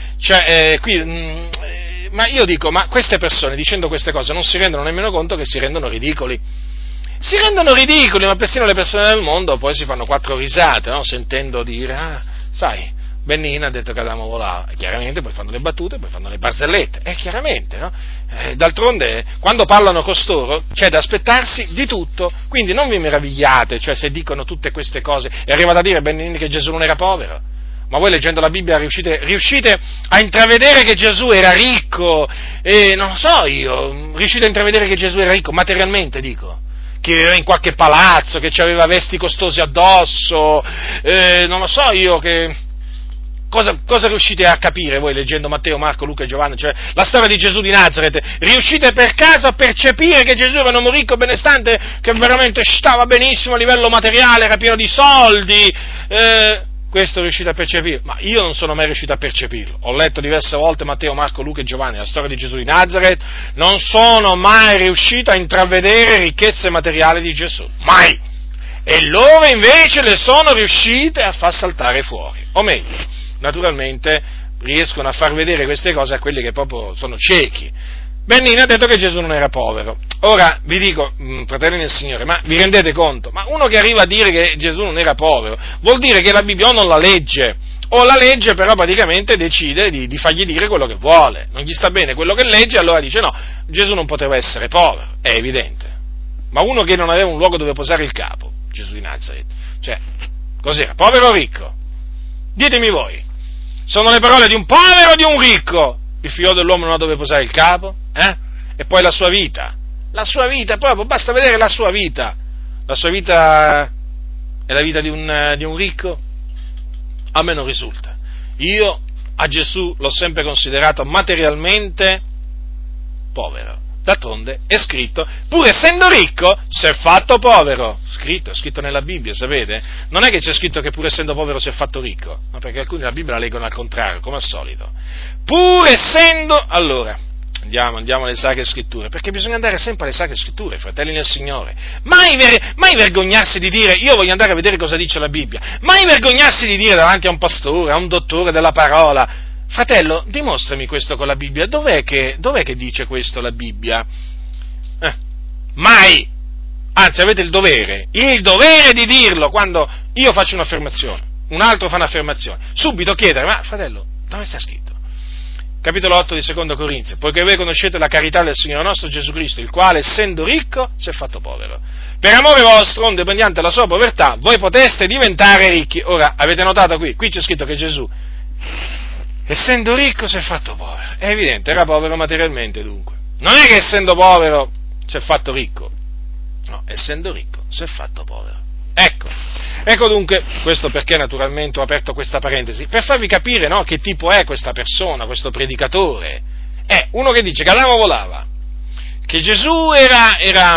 ma io dico, ma queste persone, dicendo queste cose, non si rendono nemmeno conto che si rendono ridicoli. Si rendono ridicoli, ma persino le persone del mondo poi si fanno quattro risate, no? Sentendo dire, sai, Bennin ha detto che Adamo volava, e chiaramente poi fanno le battute, poi fanno le barzellette, e chiaramente, no? D'altronde, quando parlano costoro, c'è da aspettarsi di tutto, quindi non vi meravigliate, cioè se dicono tutte queste cose, è arrivato a dire Bennin che Gesù non era povero. Ma voi leggendo la Bibbia riuscite a intravedere che Gesù era ricco, e non lo so io, riuscite a intravedere che Gesù era ricco, materialmente dico, che viveva in qualche palazzo, che aveva vesti costosi addosso, non lo so io, che cosa riuscite a capire voi leggendo Matteo, Marco, Luca e Giovanni, cioè la storia di Gesù di Nazaret? Riuscite per caso a percepire che Gesù era un uomo ricco e benestante, che veramente stava benissimo a livello materiale, era pieno di soldi? Questo riuscite a percepire? Ma io non sono mai riuscito a percepirlo. Ho letto diverse volte Matteo, Marco, Luca e Giovanni, la storia di Gesù di Nazaret, non sono mai riuscito a intravedere ricchezze materiali di Gesù. Mai! E loro invece le sono riuscite a far saltare fuori. O meglio, naturalmente riescono a far vedere queste cose a quelli che proprio sono ciechi. Bennin ha detto che Gesù non era povero. Ora, vi dico, fratelli nel Signore, ma vi rendete conto? Ma uno che arriva a dire che Gesù non era povero, vuol dire che la Bibbia o non la legge, o la legge però praticamente decide di fargli dire quello che vuole. Non gli sta bene quello che legge, allora dice no, Gesù non poteva essere povero, è evidente. Ma uno che non aveva un luogo dove posare il capo, Gesù di Nazaret, cioè, cos'era, povero o ricco? Ditemi voi, sono le parole di un povero o di un ricco? Il figlio dell'uomo non ha dove posare il capo? E poi la sua vita, proprio, basta vedere la sua vita è la vita di un ricco? A me non risulta. Io a Gesù l'ho sempre considerato materialmente povero. D'altronde è scritto, pur essendo ricco, si è fatto povero. È scritto nella Bibbia, sapete? Non è che c'è scritto che pur essendo povero si è fatto ricco, ma perché alcuni la Bibbia la leggono al contrario, come al solito. Pur essendo... Allora, andiamo alle Sacre Scritture, perché bisogna andare sempre alle Sacre Scritture, fratelli nel Signore. Mai vergognarsi di dire, io voglio andare a vedere cosa dice la Bibbia. Mai vergognarsi di dire davanti a un pastore, a un dottore della parola, fratello, dimostrami questo con la Bibbia, dov'è che dice questo la Bibbia? Mai! Anzi, avete il dovere di dirlo quando io faccio un'affermazione, un altro fa un'affermazione, subito chiedere, ma fratello, dove sta scritto? Capitolo 8 di Secondo Corinzi, poiché voi conoscete la carità del Signore nostro Gesù Cristo, il quale, essendo ricco, si è fatto povero. Per amore vostro, onde mediante la sua povertà, voi poteste diventare ricchi. Ora, avete notato qui c'è scritto che Gesù, essendo ricco, si è fatto povero. È evidente, era povero materialmente dunque. Non è che essendo povero si è fatto ricco. No, essendo ricco si è fatto povero. Ecco dunque, questo perché naturalmente ho aperto questa parentesi, per farvi capire, no, che tipo è questa persona, questo predicatore. È uno che dice che Adamo volava, che Gesù era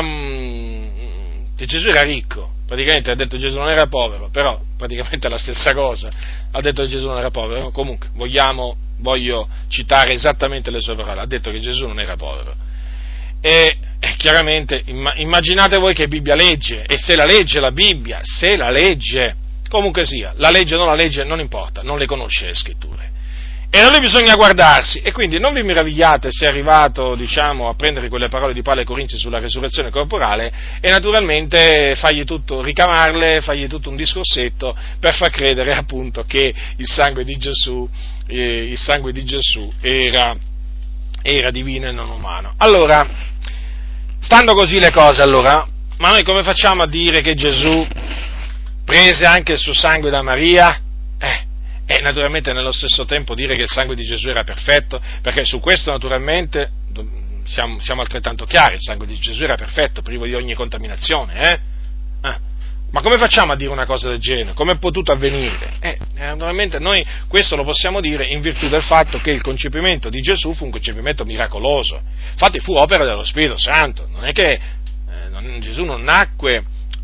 ricco, praticamente ha detto che Gesù non era povero, però praticamente è la stessa cosa, ha detto che Gesù non era povero, comunque voglio citare esattamente le sue parole, ha detto che Gesù non era povero. E chiaramente immaginate voi che Bibbia legge, e se la legge la Bibbia, comunque sia, la legge o non la legge, non importa, non le conosce le scritture. E da lui bisogna guardarsi, e quindi non vi meravigliate se è arrivato, a prendere quelle parole di Paolo ai Corinzi sulla resurrezione corporale, e naturalmente ricavarle, fargli tutto un discorsetto, per far credere appunto che il sangue di Gesù era divino e non umano. Allora, stando così le cose, ma noi come facciamo a dire che Gesù prese anche il suo sangue da Maria? E naturalmente nello stesso tempo dire che il sangue di Gesù era perfetto, perché su questo naturalmente siamo altrettanto chiari, il sangue di Gesù era perfetto, privo di ogni contaminazione, Ma come facciamo a dire una cosa del genere? Come è potuto avvenire? Naturalmente noi questo lo possiamo dire in virtù del fatto che il concepimento di Gesù fu un concepimento miracoloso, infatti fu opera dello Spirito Santo, non è che Gesù non nacque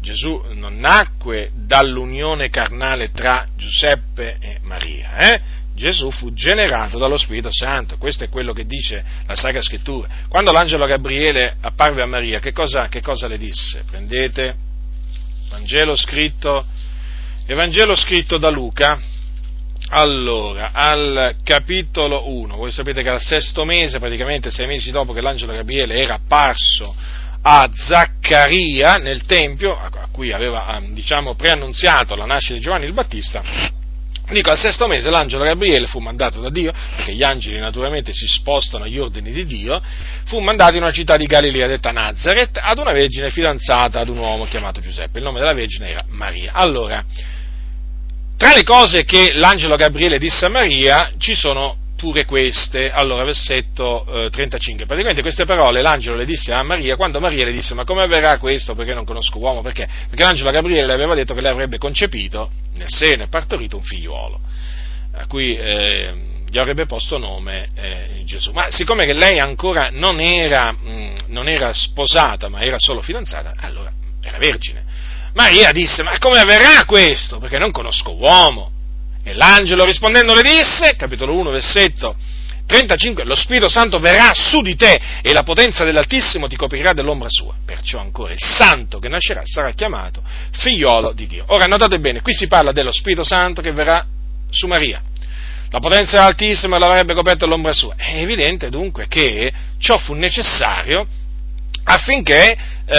Gesù non nacque dall'unione carnale tra Giuseppe e Maria, Gesù fu generato dallo Spirito Santo, questo è quello che dice la Sacra Scrittura. Quando l'angelo Gabriele apparve a Maria, che cosa le disse? Prendete Evangelo scritto da Luca, allora, al capitolo 1, voi sapete che al sesto mese, praticamente 6 mesi dopo che l'angelo Gabriele era apparso a Zaccaria nel Tempio, a cui aveva, preannunziato la nascita di Giovanni il Battista, al sesto mese l'angelo Gabriele fu mandato da Dio, perché gli angeli naturalmente si spostano agli ordini di Dio, fu mandato in una città di Galilea detta Nazaret, ad una vergine fidanzata ad un uomo chiamato Giuseppe, il nome della vergine era Maria. Allora, tra le cose che l'angelo Gabriele disse a Maria, ci sono pure queste. Allora, versetto 35, praticamente queste parole l'angelo le disse a Maria, quando Maria le disse: ma come avverrà questo, perché non conosco uomo? Perché l'angelo Gabriele le aveva detto che lei avrebbe concepito nel seno e partorito un figliuolo, a cui gli avrebbe posto nome Gesù. Ma siccome che lei ancora non era sposata, ma era solo fidanzata, allora era vergine. Maria disse: ma come avverrà questo? Perché non conosco uomo. E l'angelo rispondendo le disse, capitolo 1, versetto 35, lo Spirito Santo verrà su di te e la potenza dell'Altissimo ti coprirà dell'ombra sua. Perciò ancora il santo che nascerà sarà chiamato figliolo di Dio. Ora notate bene, qui si parla dello Spirito Santo che verrà su Maria. La potenza dell'Altissimo l'avrebbe coperta dell'ombra sua. È evidente dunque che ciò fu necessario affinché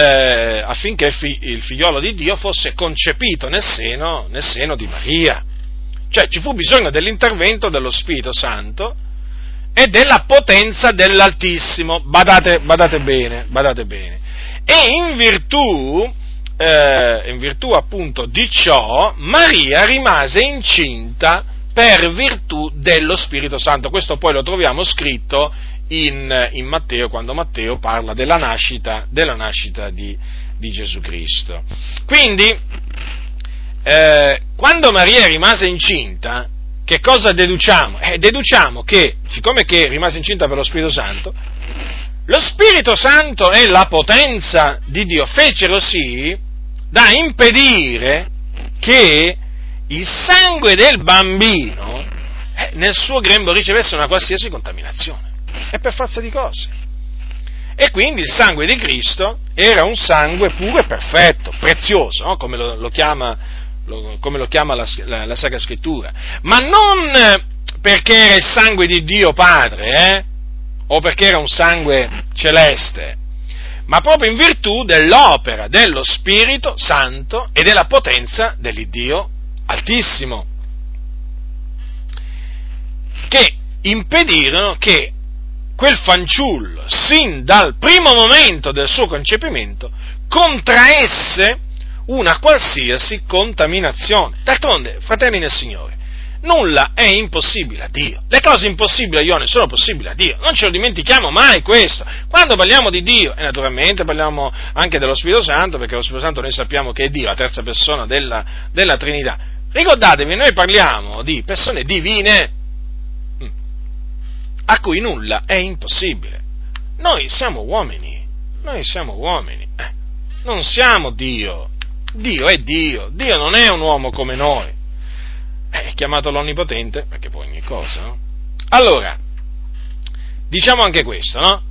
il figliolo di Dio fosse concepito nel seno di Maria. Cioè ci fu bisogno dell'intervento dello Spirito Santo e della potenza dell'Altissimo, badate bene. E in virtù appunto di ciò, Maria rimase incinta per virtù dello Spirito Santo. Questo poi lo troviamo scritto in Matteo, quando Matteo parla della nascita di Gesù Cristo. Quindi, quando Maria rimase incinta, che cosa deduciamo? Deduciamo che, siccome che rimase incinta per lo Spirito Santo, lo Spirito Santo e la potenza di Dio fecero sì da impedire che il sangue del bambino nel suo grembo ricevesse una qualsiasi contaminazione. E per forza di cose. E quindi il sangue di Cristo era un sangue puro e perfetto, prezioso, no? Come lo chiama la Sacra Scrittura, ma non perché era il sangue di Dio Padre, o perché era un sangue celeste, ma proprio in virtù dell'opera dello Spirito Santo e della potenza dell'Iddio Altissimo, che impedirono che quel fanciullo, sin dal primo momento del suo concepimento, contraesse una qualsiasi contaminazione. D'altronde, fratelli nel Signore, nulla è impossibile a Dio. Le cose impossibili a Ione sono possibili a Dio. Non ce lo dimentichiamo mai questo. Quando parliamo di Dio, e naturalmente parliamo anche dello Spirito Santo, perché lo Spirito Santo noi sappiamo che è Dio, la terza persona della Trinità. Ricordatevi, noi parliamo di persone divine, a cui nulla è impossibile. Noi siamo uomini, non siamo Dio. Dio è Dio non è un uomo come noi, è chiamato l'Onnipotente perché può ogni cosa, no? Allora, diciamo anche questo, no?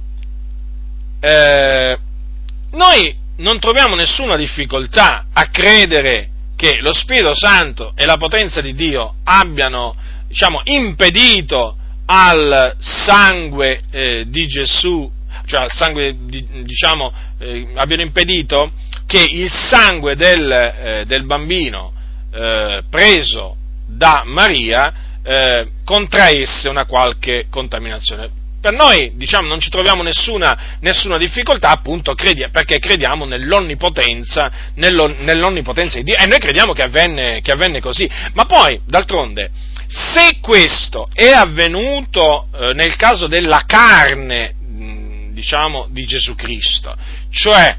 Noi non troviamo nessuna difficoltà a credere che lo Spirito Santo e la potenza di Dio abbiano, impedito al sangue di Gesù, cioè al sangue abbiano impedito che il sangue del bambino preso da Maria contraesse una qualche contaminazione. Per noi, non ci troviamo nessuna difficoltà, appunto, perché crediamo nell'onnipotenza di Dio, e noi crediamo che avvenne così. Ma poi, d'altronde, se questo è avvenuto nel caso della carne, di Gesù Cristo, cioè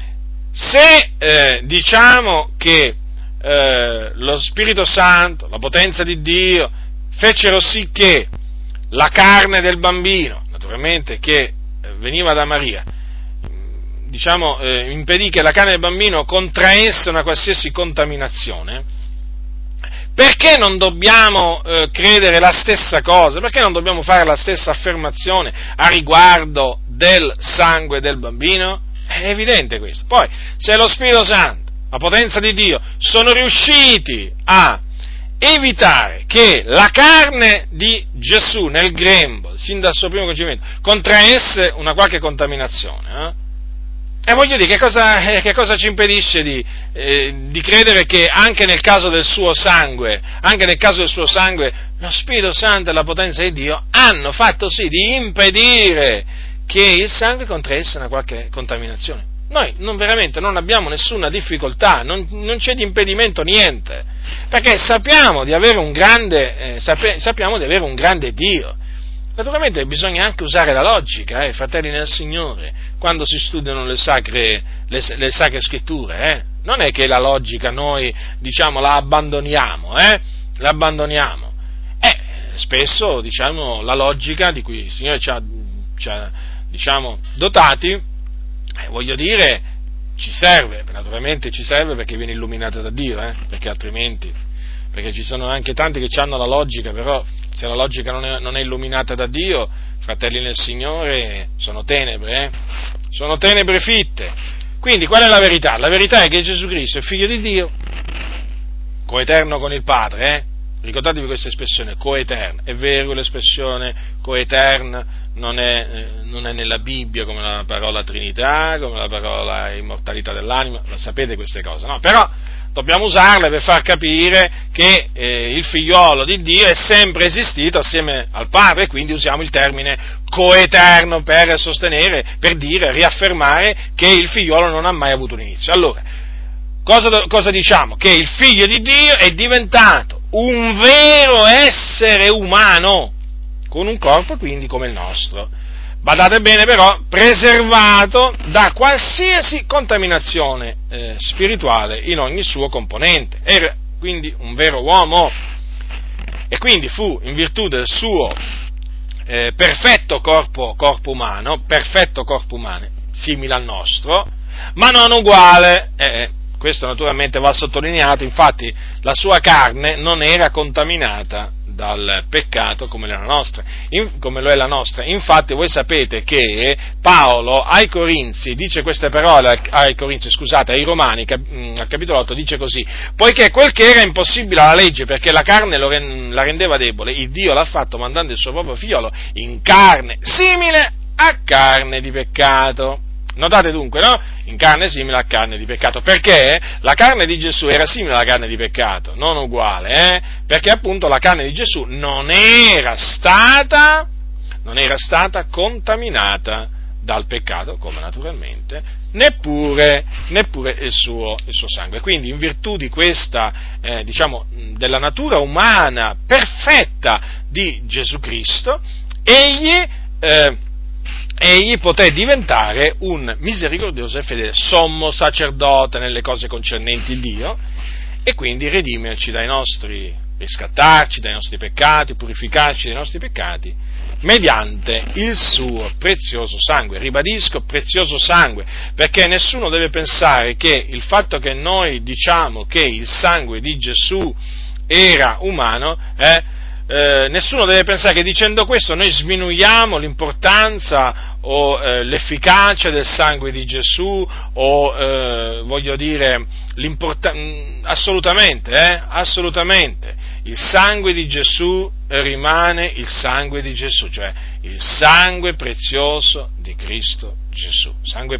se diciamo che lo Spirito Santo, la potenza di Dio fecero sì che la carne del bambino, naturalmente che veniva da Maria, impedì che la carne del bambino contraesse una qualsiasi contaminazione, perché non dobbiamo credere la stessa cosa? Perché non dobbiamo fare la stessa affermazione a riguardo del sangue del bambino? È evidente questo. Poi, se lo Spirito Santo, la potenza di Dio, sono riusciti a evitare che la carne di Gesù nel grembo, sin dal suo primo concepimento, contraesse una qualche contaminazione, e voglio dire, che cosa ci impedisce di credere che anche nel caso del suo sangue, lo Spirito Santo e la potenza di Dio hanno fatto sì di impedire che il sangue contraesse una qualche contaminazione? Noi veramente non abbiamo nessuna difficoltà, non c'è di impedimento niente, perché sappiamo di avere un grande Dio. Naturalmente bisogna anche usare la logica, fratelli nel Signore, quando si studiano le sacre scritture, Non è che la logica noi, la abbandoniamo, Spesso, la logica di cui il Signore ci ha dotati, voglio dire, ci serve, naturalmente ci serve perché viene illuminata da Dio, perché altrimenti, perché ci sono anche tanti che hanno la logica, però se la logica non è illuminata da Dio, fratelli nel Signore, sono tenebre fitte. Quindi qual è la verità? La verità è che Gesù Cristo è figlio di Dio, coeterno con il Padre, Ricordatevi questa espressione, coeterna. È vero, l'espressione coeterna non è nella Bibbia come la parola Trinità, come la parola immortalità dell'anima, lo sapete queste cose, no? Però dobbiamo usarle per far capire che il figliolo di Dio è sempre esistito assieme al Padre, e quindi usiamo il termine coeterno per sostenere, per dire, riaffermare che il figliolo non ha mai avuto un inizio. Allora, cosa diciamo? Che il figlio di Dio è diventato un vero essere umano, con un corpo quindi come il nostro. Badate bene però, preservato da qualsiasi contaminazione spirituale in ogni suo componente. Era quindi un vero uomo, e quindi fu in virtù del suo perfetto corpo umano, simile al nostro, ma non uguale. Questo naturalmente va sottolineato, infatti la sua carne non era contaminata dal peccato come lo è la nostra. Infatti voi sapete che Paolo ai Corinzi dice queste parole, ai Romani, al capitolo 8 dice così: poiché quel che era impossibile alla legge, perché la carne la rendeva debole, il Dio l'ha fatto mandando il suo proprio figliolo in carne simile a carne di peccato. Notate dunque, no? In carne simile a carne di peccato, perché la carne di Gesù era simile alla carne di peccato, non uguale, perché appunto la carne di Gesù non era stata contaminata dal peccato, come naturalmente, neppure il suo sangue. Quindi in virtù di questa, della natura umana perfetta di Gesù Cristo, egli poté diventare un misericordioso e fedele sommo sacerdote nelle cose concernenti Dio, e quindi riscattarci dai nostri peccati, purificarci dai nostri peccati, mediante il suo prezioso sangue. Ribadisco, prezioso sangue, perché nessuno deve pensare che il fatto che noi diciamo che il sangue di Gesù era umano, nessuno deve pensare che dicendo questo noi sminuiamo l'importanza o l'efficacia del sangue di Gesù, o assolutamente, il sangue di Gesù rimane il sangue di Gesù, cioè il sangue prezioso di Cristo Gesù, sangue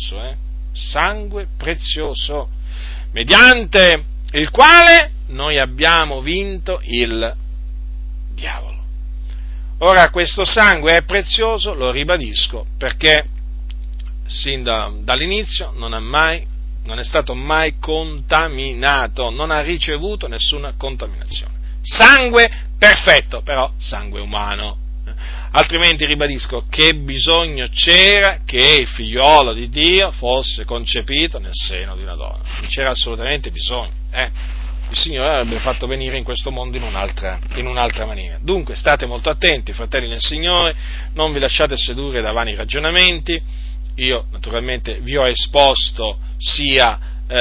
prezioso, mediante il quale noi abbiamo vinto il diavolo. Ora, questo sangue è prezioso, lo ribadisco, perché sin dall'inizio non è stato mai contaminato, non ha ricevuto nessuna contaminazione. Sangue perfetto, però sangue umano. Altrimenti, ribadisco, che bisogno c'era che il figliolo di Dio fosse concepito nel seno di una donna? Non c'era assolutamente bisogno, Il Signore l'avrebbe fatto venire in questo mondo in un'altra maniera. Dunque, state molto attenti, fratelli nel Signore, non vi lasciate sedurre da vani ragionamenti, io naturalmente vi ho esposto sia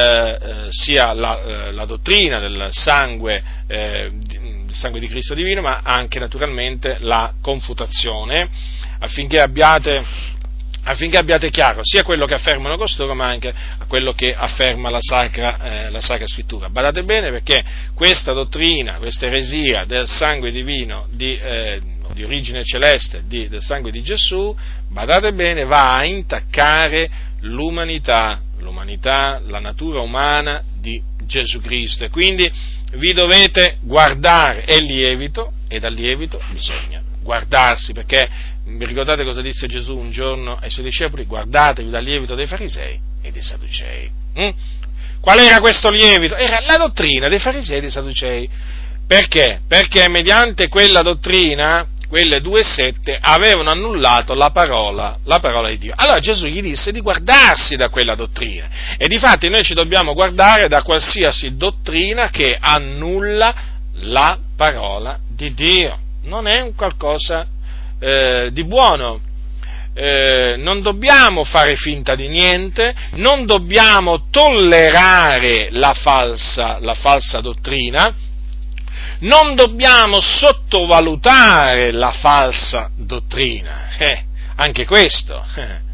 la dottrina del sangue di Cristo divino, ma anche naturalmente la confutazione, affinché abbiate chiaro sia quello che affermano costoro, ma anche a quello che afferma la Sacra Scrittura. Badate bene, perché questa dottrina, questa eresia del sangue divino di origine celeste, del sangue di Gesù, badate bene, va a intaccare l'umanità, la natura umana di Gesù Cristo, e quindi vi dovete guardare, è lievito, e dal lievito bisogna guardarsi, perché vi ricordate cosa disse Gesù un giorno ai suoi discepoli? Guardatevi dal lievito dei farisei e dei sadducei. Qual era questo lievito? Era la dottrina dei farisei e dei sadducei. Perché? Perché mediante quella dottrina, quelle due sette avevano annullato la parola di Dio. Allora Gesù gli disse di guardarsi da quella dottrina, e difatti noi ci dobbiamo guardare da qualsiasi dottrina che annulla la parola di Dio. Non è un qualcosa di buono. Non dobbiamo fare finta di niente, non dobbiamo tollerare la falsa dottrina, non dobbiamo sottovalutare la falsa dottrina, anche questo.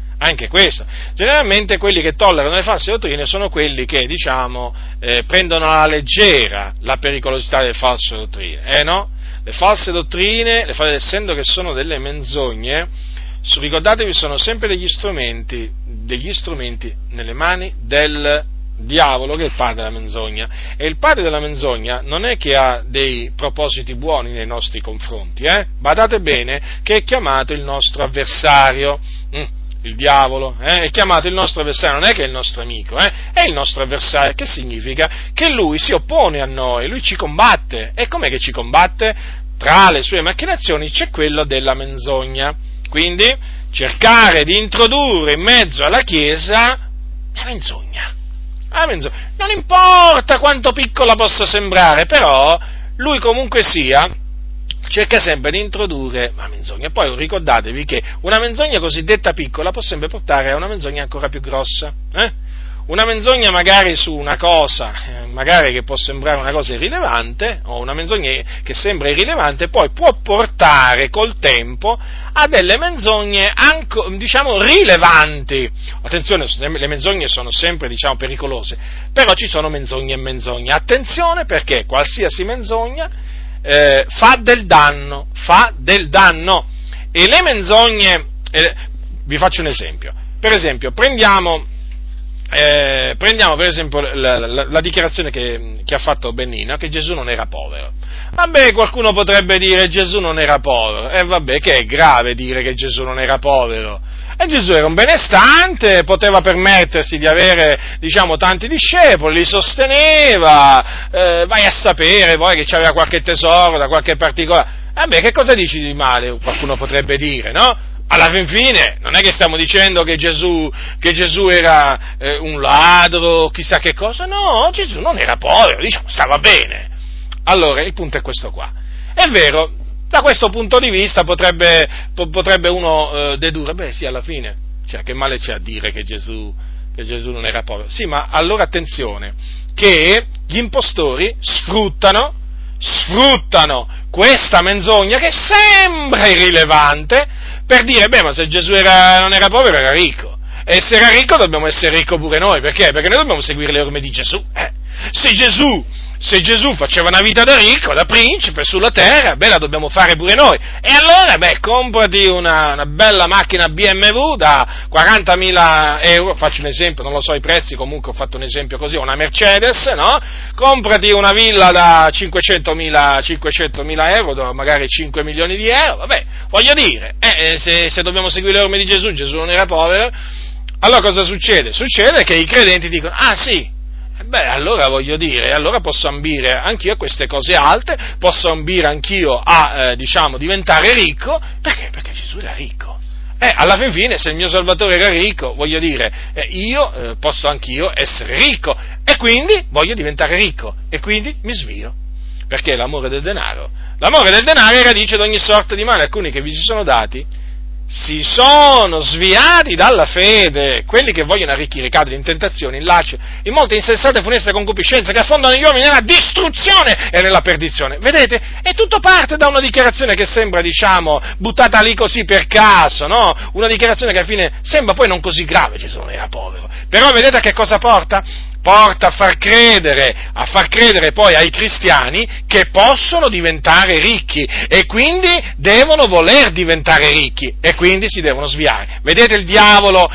Generalmente quelli che tollerano le false dottrine sono quelli che, prendono alla leggera la pericolosità delle false dottrine, no? Le false dottrine, essendo che sono delle menzogne, ricordatevi, sono sempre degli strumenti nelle mani del diavolo, che è il padre della menzogna, e il padre della menzogna non è che ha dei propositi buoni nei nostri confronti, badate bene che è chiamato il nostro avversario, il diavolo, è chiamato il nostro avversario, non è che è il nostro amico, è il nostro avversario, che significa che lui si oppone a noi, lui ci combatte. E com'è che ci combatte? Tra le sue macchinazioni c'è quello della menzogna, quindi cercare di introdurre in mezzo alla Chiesa la menzogna. Non importa quanto piccola possa sembrare, però lui comunque sia cerca sempre di introdurre la menzogna. Poi ricordatevi che una menzogna cosiddetta piccola può sempre portare a una menzogna ancora più grossa. Una menzogna magari su una cosa, magari che può sembrare una cosa irrilevante, o una menzogna che sembra irrilevante, poi può portare col tempo a delle menzogne rilevanti. Attenzione, le menzogne sono sempre, pericolose, però ci sono menzogne e menzogne. Attenzione, perché qualsiasi menzogna fa del danno, e le menzogne, vi faccio un esempio. Per esempio, prendiamo per esempio la dichiarazione che ha fatto Bennino, che Gesù non era povero. Vabbè, qualcuno potrebbe dire Gesù non era povero, e vabbè, che è grave dire che Gesù non era povero. E Gesù era un benestante, poteva permettersi di avere, tanti discepoli, li sosteneva, vai a sapere poi che c'aveva qualche tesoro da qualche particolare. Vabbè, che cosa dici di male? Qualcuno potrebbe dire, no? Alla fine, non è che stiamo dicendo che Gesù era un ladro, chissà che cosa, no, Gesù non era povero, stava bene. Allora, il punto è questo qua. È vero, da questo punto di vista potrebbe uno dedurre, sì, alla fine, che male c'è a dire che Gesù non era povero? Sì, ma allora attenzione, che gli impostori sfruttano questa menzogna che sembra irrilevante, per dire, ma se Gesù non era povero, era ricco. E se era ricco dobbiamo essere ricco pure noi. Perché? Perché noi dobbiamo seguire le orme di Gesù. Se Gesù faceva una vita da ricco, da principe sulla terra, la dobbiamo fare pure noi. E allora, comprati una bella macchina BMW da 40.000 euro, faccio un esempio, non lo so i prezzi, comunque ho fatto un esempio così, una Mercedes, no? Comprati una villa da 500.000 euro, magari 5 milioni di euro, voglio dire, se dobbiamo seguire le orme di Gesù, Gesù non era povero, allora cosa succede? Succede che i credenti dicono, sì, allora voglio dire, allora posso ambire anch'io a queste cose alte, posso ambire anch'io a, diventare ricco, perché? Perché Gesù era ricco. Alla fine, se il mio Salvatore era ricco, voglio dire, io posso anch'io essere ricco, e quindi voglio diventare ricco, e quindi mi svio. Perché l'amore del denaro è radice di ogni sorta di male, alcuni che vi si sono dati si sono sviati dalla fede, quelli che vogliono arricchire cadono in tentazioni, in lacci, in molte insensate e funeste concupiscenze che affondano gli uomini nella distruzione e nella perdizione. Vedete? E tutto parte da una dichiarazione che sembra, buttata lì così per caso, no? Una dichiarazione che alla fine sembra poi non così grave, Gesù non era povero. Però vedete a che cosa porta? Porta a far credere poi ai cristiani che possono diventare ricchi e quindi devono voler diventare ricchi e quindi si devono sviare. Vedete il diavolo,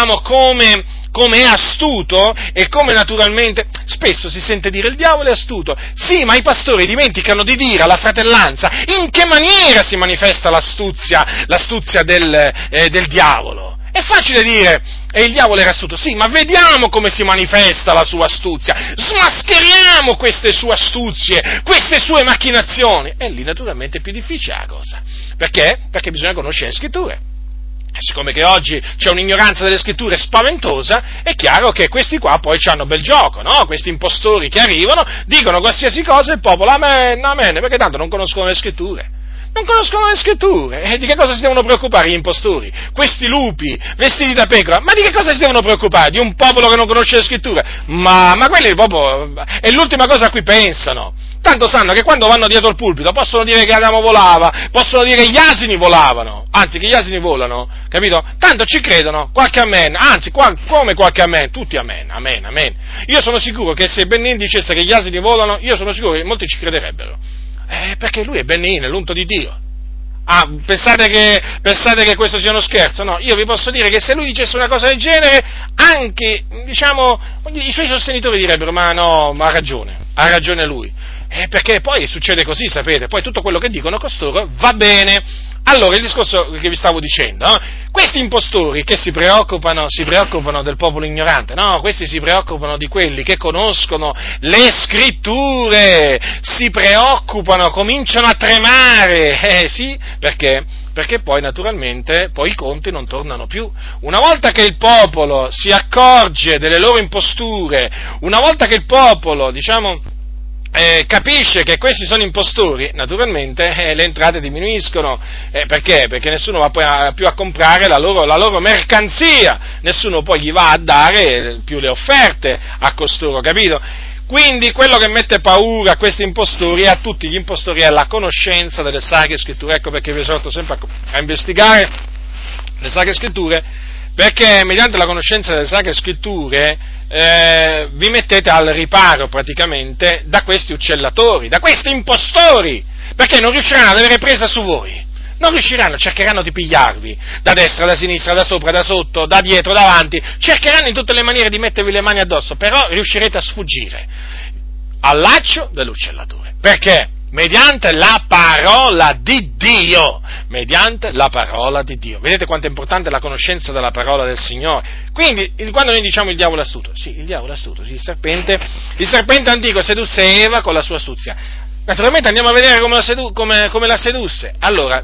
come è astuto e come naturalmente spesso si sente dire il diavolo è astuto. Sì, ma i pastori dimenticano di dire alla fratellanza in che maniera si manifesta l'astuzia del diavolo. È facile dire, il diavolo era astuto, sì, ma vediamo come si manifesta la sua astuzia, smascheriamo queste sue astuzie, queste sue macchinazioni, e lì naturalmente è più difficile la cosa. Perché? Perché bisogna conoscere le scritture. E siccome che oggi c'è un'ignoranza delle scritture spaventosa, è chiaro che questi qua poi c'hanno bel gioco, no? Questi impostori che arrivano, dicono qualsiasi cosa e il popolo amen, amen, perché tanto non conoscono le scritture. Non conoscono le scritture, e di che cosa si devono preoccupare gli impostori? Questi lupi, vestiti da pecora, ma di che cosa si devono preoccupare? Di un popolo che non conosce le scritture? Ma quelli proprio, è l'ultima cosa a cui pensano. Tanto sanno che quando vanno dietro il pulpito possono dire che Adamo volava, possono dire che gli asini volavano, anzi che gli asini volano, capito? Tanto ci credono, qualche amen, anzi come qualche amen, tutti amen, amen, amen. Io sono sicuro che se Benin dicesse che gli asini volano, io sono sicuro che molti ci crederebbero. Perché lui è Benin, è l'unto di Dio. Ah, pensate che questo sia uno scherzo? No, io vi posso dire che se lui dicesse una cosa del genere, anche, i suoi sostenitori direbbero, ma no, ma ha ragione lui. Perché poi succede così, sapete, poi tutto quello che dicono costoro va bene. Allora, il discorso che vi stavo dicendo, questi impostori che si preoccupano del popolo ignorante, no, questi si preoccupano di quelli che conoscono le scritture, si preoccupano, cominciano a tremare, sì, perché? Perché poi naturalmente poi i conti non tornano più. Una volta che il popolo si accorge delle loro imposture, una volta che il popolo, capisce che questi sono impostori, naturalmente le entrate diminuiscono, perché? Perché nessuno va poi più a comprare la loro mercanzia, nessuno poi gli va a dare più le offerte a costoro, capito? Quindi quello che mette paura a questi impostori e a tutti gli impostori è la conoscenza delle Sacre Scritture. Ecco perché vi esorto sempre a investigare le Sacre Scritture, perché mediante la conoscenza delle Sacre Scritture vi mettete al riparo praticamente da questi uccellatori, da questi impostori, perché non riusciranno ad avere presa su voi, non riusciranno, cercheranno di pigliarvi da destra, da sinistra, da sopra, da sotto, da dietro, davanti, cercheranno in tutte le maniere di mettervi le mani addosso, però riuscirete a sfuggire al laccio dell'uccellatore. Perché? Mediante la parola di Dio, mediante la parola di Dio. Vedete quanto è importante la conoscenza della parola del Signore. Quindi, quando noi diciamo il diavolo è astuto, sì, il diavolo è astuto, sì, il serpente antico sedusse Eva con la sua astuzia. Naturalmente andiamo a vedere come la sedusse. Allora,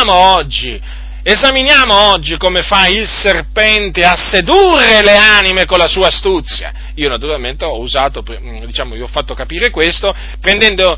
esaminiamo oggi come fa il serpente a sedurre le anime con la sua astuzia. Io naturalmente ho usato, vi ho fatto capire questo, prendendo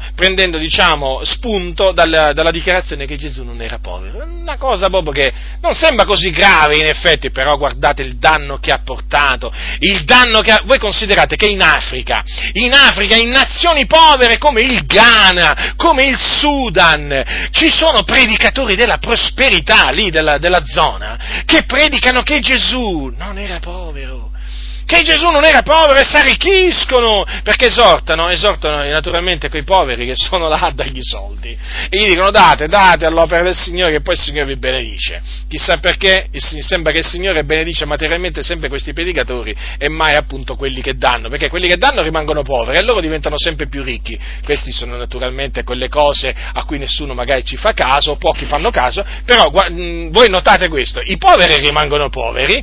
spunto dalla dichiarazione che Gesù non era povero. Una cosa proprio che non sembra così grave in effetti, però guardate il danno che ha portato, voi considerate che in Africa, in nazioni povere come il Ghana, come il Sudan, ci sono predicatori della prosperità lì della zona, che predicano che Gesù non era povero, e si arricchiscono, perché esortano naturalmente quei poveri che sono là a dargli soldi, e gli dicono date all'opera del Signore che poi il Signore vi benedice. Chissà perché, sembra che il Signore benedice materialmente sempre questi predicatori e mai appunto quelli che danno, perché quelli che danno rimangono poveri e loro diventano sempre più ricchi. Questi sono naturalmente quelle cose a cui nessuno magari ci fa caso, pochi fanno caso, però voi notate questo, i poveri rimangono poveri,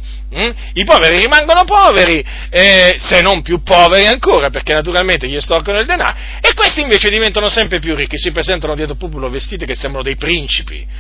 se non più poveri ancora, perché naturalmente gli estorcono il denaro, e questi invece diventano sempre più ricchi, si presentano dietro il popolo vestiti che sembrano dei principi,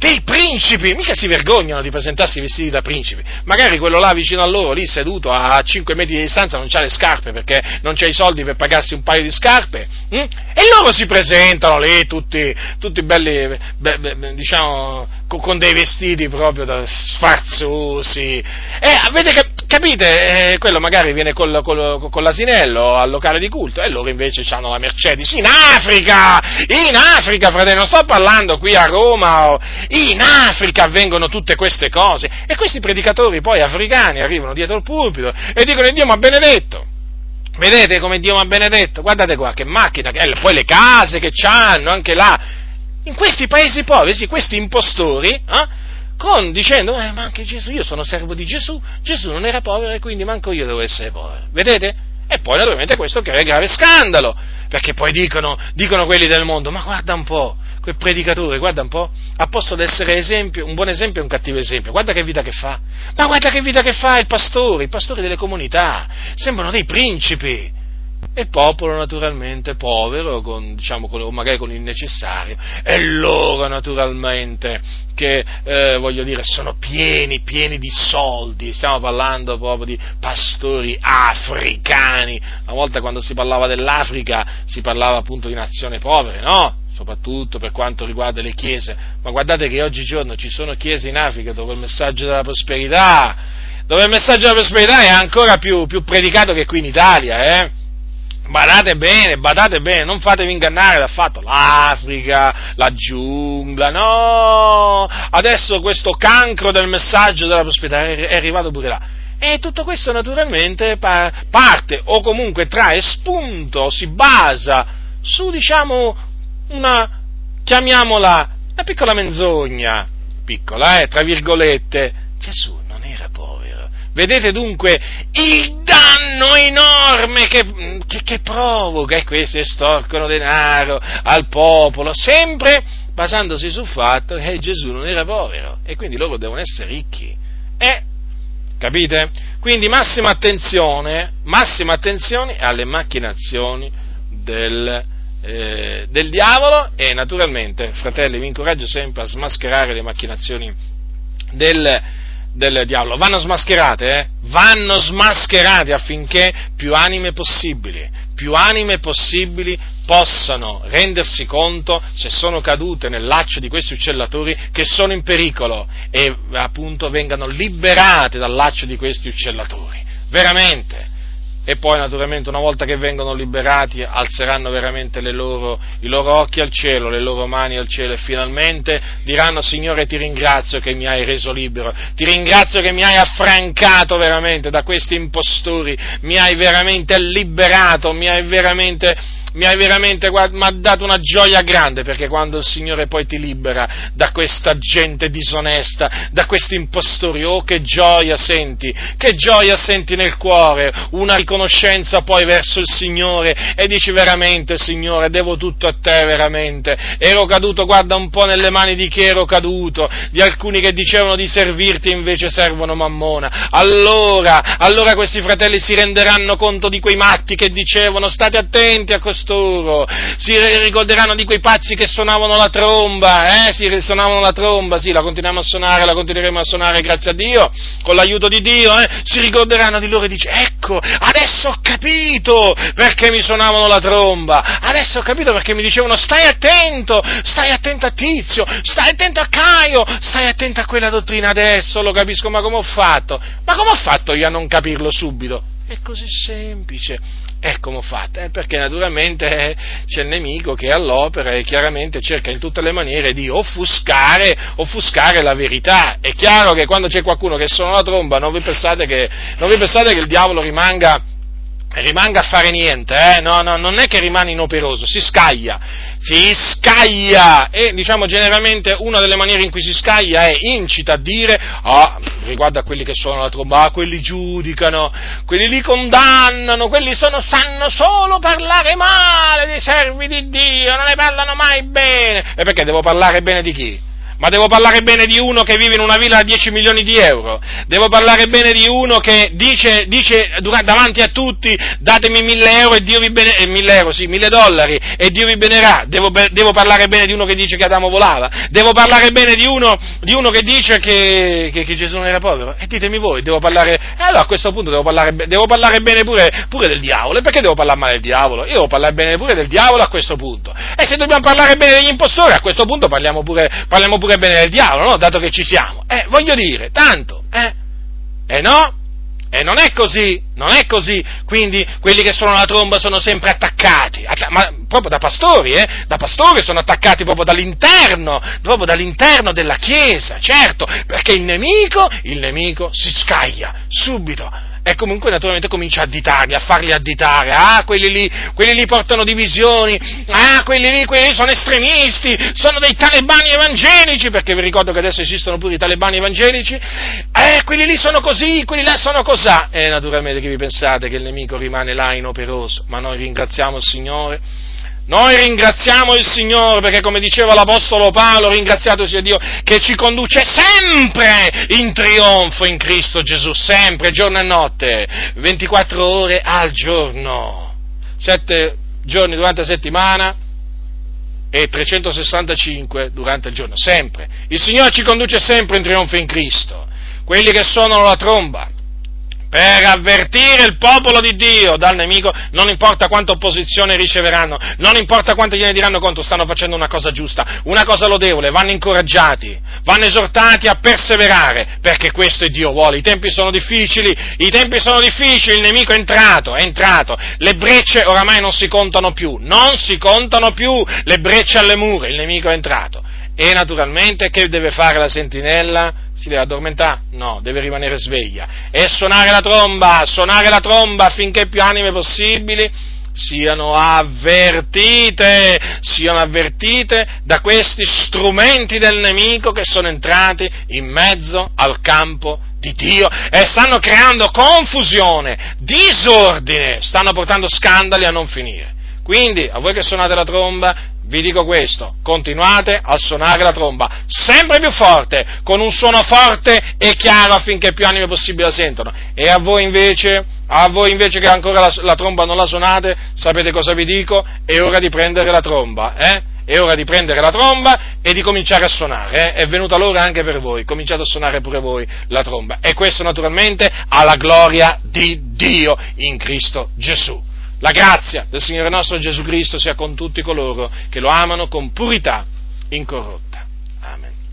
dei principi, mica si vergognano di presentarsi vestiti da principi, magari quello là vicino a loro, lì seduto a 5 metri di distanza, non c'ha le scarpe perché non c'ha i soldi per pagarsi un paio di scarpe, e loro si presentano lì tutti belli, diciamo, con dei vestiti proprio da sfarzosi, capite, quello magari viene con l'asinello al locale di culto, e loro invece hanno la Mercedes in Africa, fratelli, non sto parlando qui a Roma, in Africa avvengono tutte queste cose, e questi predicatori poi africani arrivano dietro il pulpito e dicono: Dio mi ha benedetto. Vedete come Dio mi ha benedetto? Guardate qua, che macchina, poi le case che c'hanno anche là, in questi paesi poveri, sì, questi impostori, dicendo: ma anche Gesù, io sono servo di Gesù non era povero e quindi manco io devo essere povero, vedete? E poi naturalmente questo crea grave scandalo, perché poi dicono quelli del mondo: ma guarda un po', quel predicatore, guarda un po', a posto di essere esempio, un buon esempio e un cattivo esempio, guarda che vita che fa, ma guarda che vita che fa i pastori delle comunità, sembrano dei principi. E il popolo naturalmente povero, magari con il necessario, e loro naturalmente che, sono pieni di soldi, stiamo parlando proprio di pastori africani. Una volta quando si parlava dell'Africa si parlava appunto di nazioni povere, no? Soprattutto per quanto riguarda le chiese, ma guardate che oggigiorno ci sono chiese in Africa dove il messaggio della prosperità è ancora più predicato che qui in Italia, Badate bene, non fatevi ingannare dal fatto, l'Africa, la giungla, no, adesso questo cancro del messaggio della prosperità è arrivato pure là. E tutto questo naturalmente parte, o comunque trae spunto, si basa su, chiamiamola, una piccola menzogna, piccola, tra virgolette: Gesù non era povero. Vedete dunque il danno enorme che provoca, e questi estorcono denaro al popolo, sempre basandosi sul fatto che Gesù non era povero, e quindi loro devono essere ricchi. Capite? Quindi massima attenzione alle macchinazioni del diavolo, e naturalmente, fratelli, vi incoraggio sempre a smascherare le macchinazioni del diavolo. Vanno smascherate affinché più anime possibili possano rendersi conto, se sono cadute nel laccio di questi uccellatori, che sono in pericolo, e appunto vengano liberate dal laccio di questi uccellatori, veramente. E poi naturalmente, una volta che vengono liberati, alzeranno veramente i loro occhi al cielo, le loro mani al cielo, e finalmente diranno: Signore, ti ringrazio che mi hai reso libero, ti ringrazio che mi hai affrancato veramente da questi impostori, mi hai veramente liberato, mi ha dato una gioia grande, perché quando il Signore poi ti libera da questa gente disonesta, da questi impostori, oh, che gioia senti nel cuore, una riconoscenza poi verso il Signore, e dici: veramente, Signore, devo tutto a te, veramente, ero caduto, guarda un po' nelle mani di chi ero caduto, di alcuni che dicevano di servirti e invece servono Mammona. Allora questi fratelli si renderanno conto di quei matti che dicevano: state attenti a costoro, si ricorderanno di quei pazzi che suonavano la tromba, la continueremo a suonare, grazie a Dio, con l'aiuto di Dio, si ricorderanno di loro e dice: ecco, adesso ho capito perché mi suonavano la tromba, adesso ho capito perché mi dicevano: stai attento a Tizio, stai attento a Caio, stai attento a quella dottrina, adesso lo capisco. Ma come ho fatto io a non capirlo subito? È così semplice. Come ho fatto? Perché naturalmente c'è il nemico che è all'opera e chiaramente cerca in tutte le maniere di offuscare la verità. È chiaro che quando c'è qualcuno che suona la tromba, non vi pensate che il diavolo rimanga a fare niente, no, non è che rimane inoperoso, si scaglia, e generalmente una delle maniere in cui si scaglia è incita a dire: riguardo a quelli che suonano la tromba, quelli giudicano, quelli li condannano, quelli sanno solo parlare male dei servi di Dio, non ne parlano mai bene. E perché devo parlare bene di chi? Ma devo parlare bene di uno che vive in una villa da 10 milioni di euro? Devo parlare bene di uno che dice davanti a tutti: datemi 1.000 euro e Dio vi bene, 1.000 euro, sì, 1.000 dollari e Dio vi benerà? Devo parlare bene di uno che dice che Adamo volava? Devo parlare bene di uno che dice che Gesù non era povero? E ditemi voi, allora a questo punto devo parlare bene pure del diavolo. E perché devo parlare male del diavolo? Io devo parlare bene pure del diavolo a questo punto. E se dobbiamo parlare bene degli impostori, a questo punto parliamo pure bene del diavolo, no? Dato che ci siamo. Voglio dire, tanto, no? E non è così. Quindi quelli che suonano la tromba sono sempre attaccati, ma proprio da pastori sono attaccati proprio dall'interno della Chiesa, certo, perché il nemico si scaglia subito. E comunque naturalmente comincia a farli additare: quelli lì portano divisioni, quelli lì sono estremisti, sono dei talebani evangelici, perché vi ricordo che adesso esistono pure i talebani evangelici, quelli lì sono così, quelli là sono cosà, e naturalmente che vi pensate che il nemico rimane là inoperoso? Ma noi ringraziamo il Signore. Perché, come diceva l'Apostolo Paolo, ringraziato sia Dio che ci conduce sempre in trionfo in Cristo Gesù, sempre, giorno e notte, 24 ore al giorno, 7 giorni durante la settimana e 365 durante il giorno, sempre. Il Signore ci conduce sempre in trionfo in Cristo. Quelli che suonano la tromba per avvertire il popolo di Dio dal nemico, non importa quanta opposizione riceveranno, non importa quanto gliene diranno contro, stanno facendo una cosa giusta, una cosa lodevole, vanno incoraggiati, vanno esortati a perseverare, perché questo Dio vuole. I tempi sono difficili, il nemico è entrato, le brecce oramai non si contano più, le brecce alle mura, il nemico è entrato. E naturalmente che deve fare la sentinella? Si deve addormentare? No, deve rimanere sveglia e suonare la tromba affinché più anime possibili siano avvertite da questi strumenti del nemico che sono entrati in mezzo al campo di Dio e stanno creando confusione, disordine, stanno portando scandali a non finire. Quindi, a voi che suonate la tromba, vi dico questo: continuate a suonare la tromba, sempre più forte, con un suono forte e chiaro affinché più anime possibili la sentono. E a voi invece che ancora la tromba non la suonate, sapete cosa vi dico? È ora di prendere la tromba, È ora di prendere la tromba e di cominciare a suonare, È venuta l'ora anche per voi, cominciate a suonare pure voi la tromba. E questo naturalmente alla gloria di Dio in Cristo Gesù. La grazia del Signore nostro Gesù Cristo sia con tutti coloro che lo amano con purità incorrotta.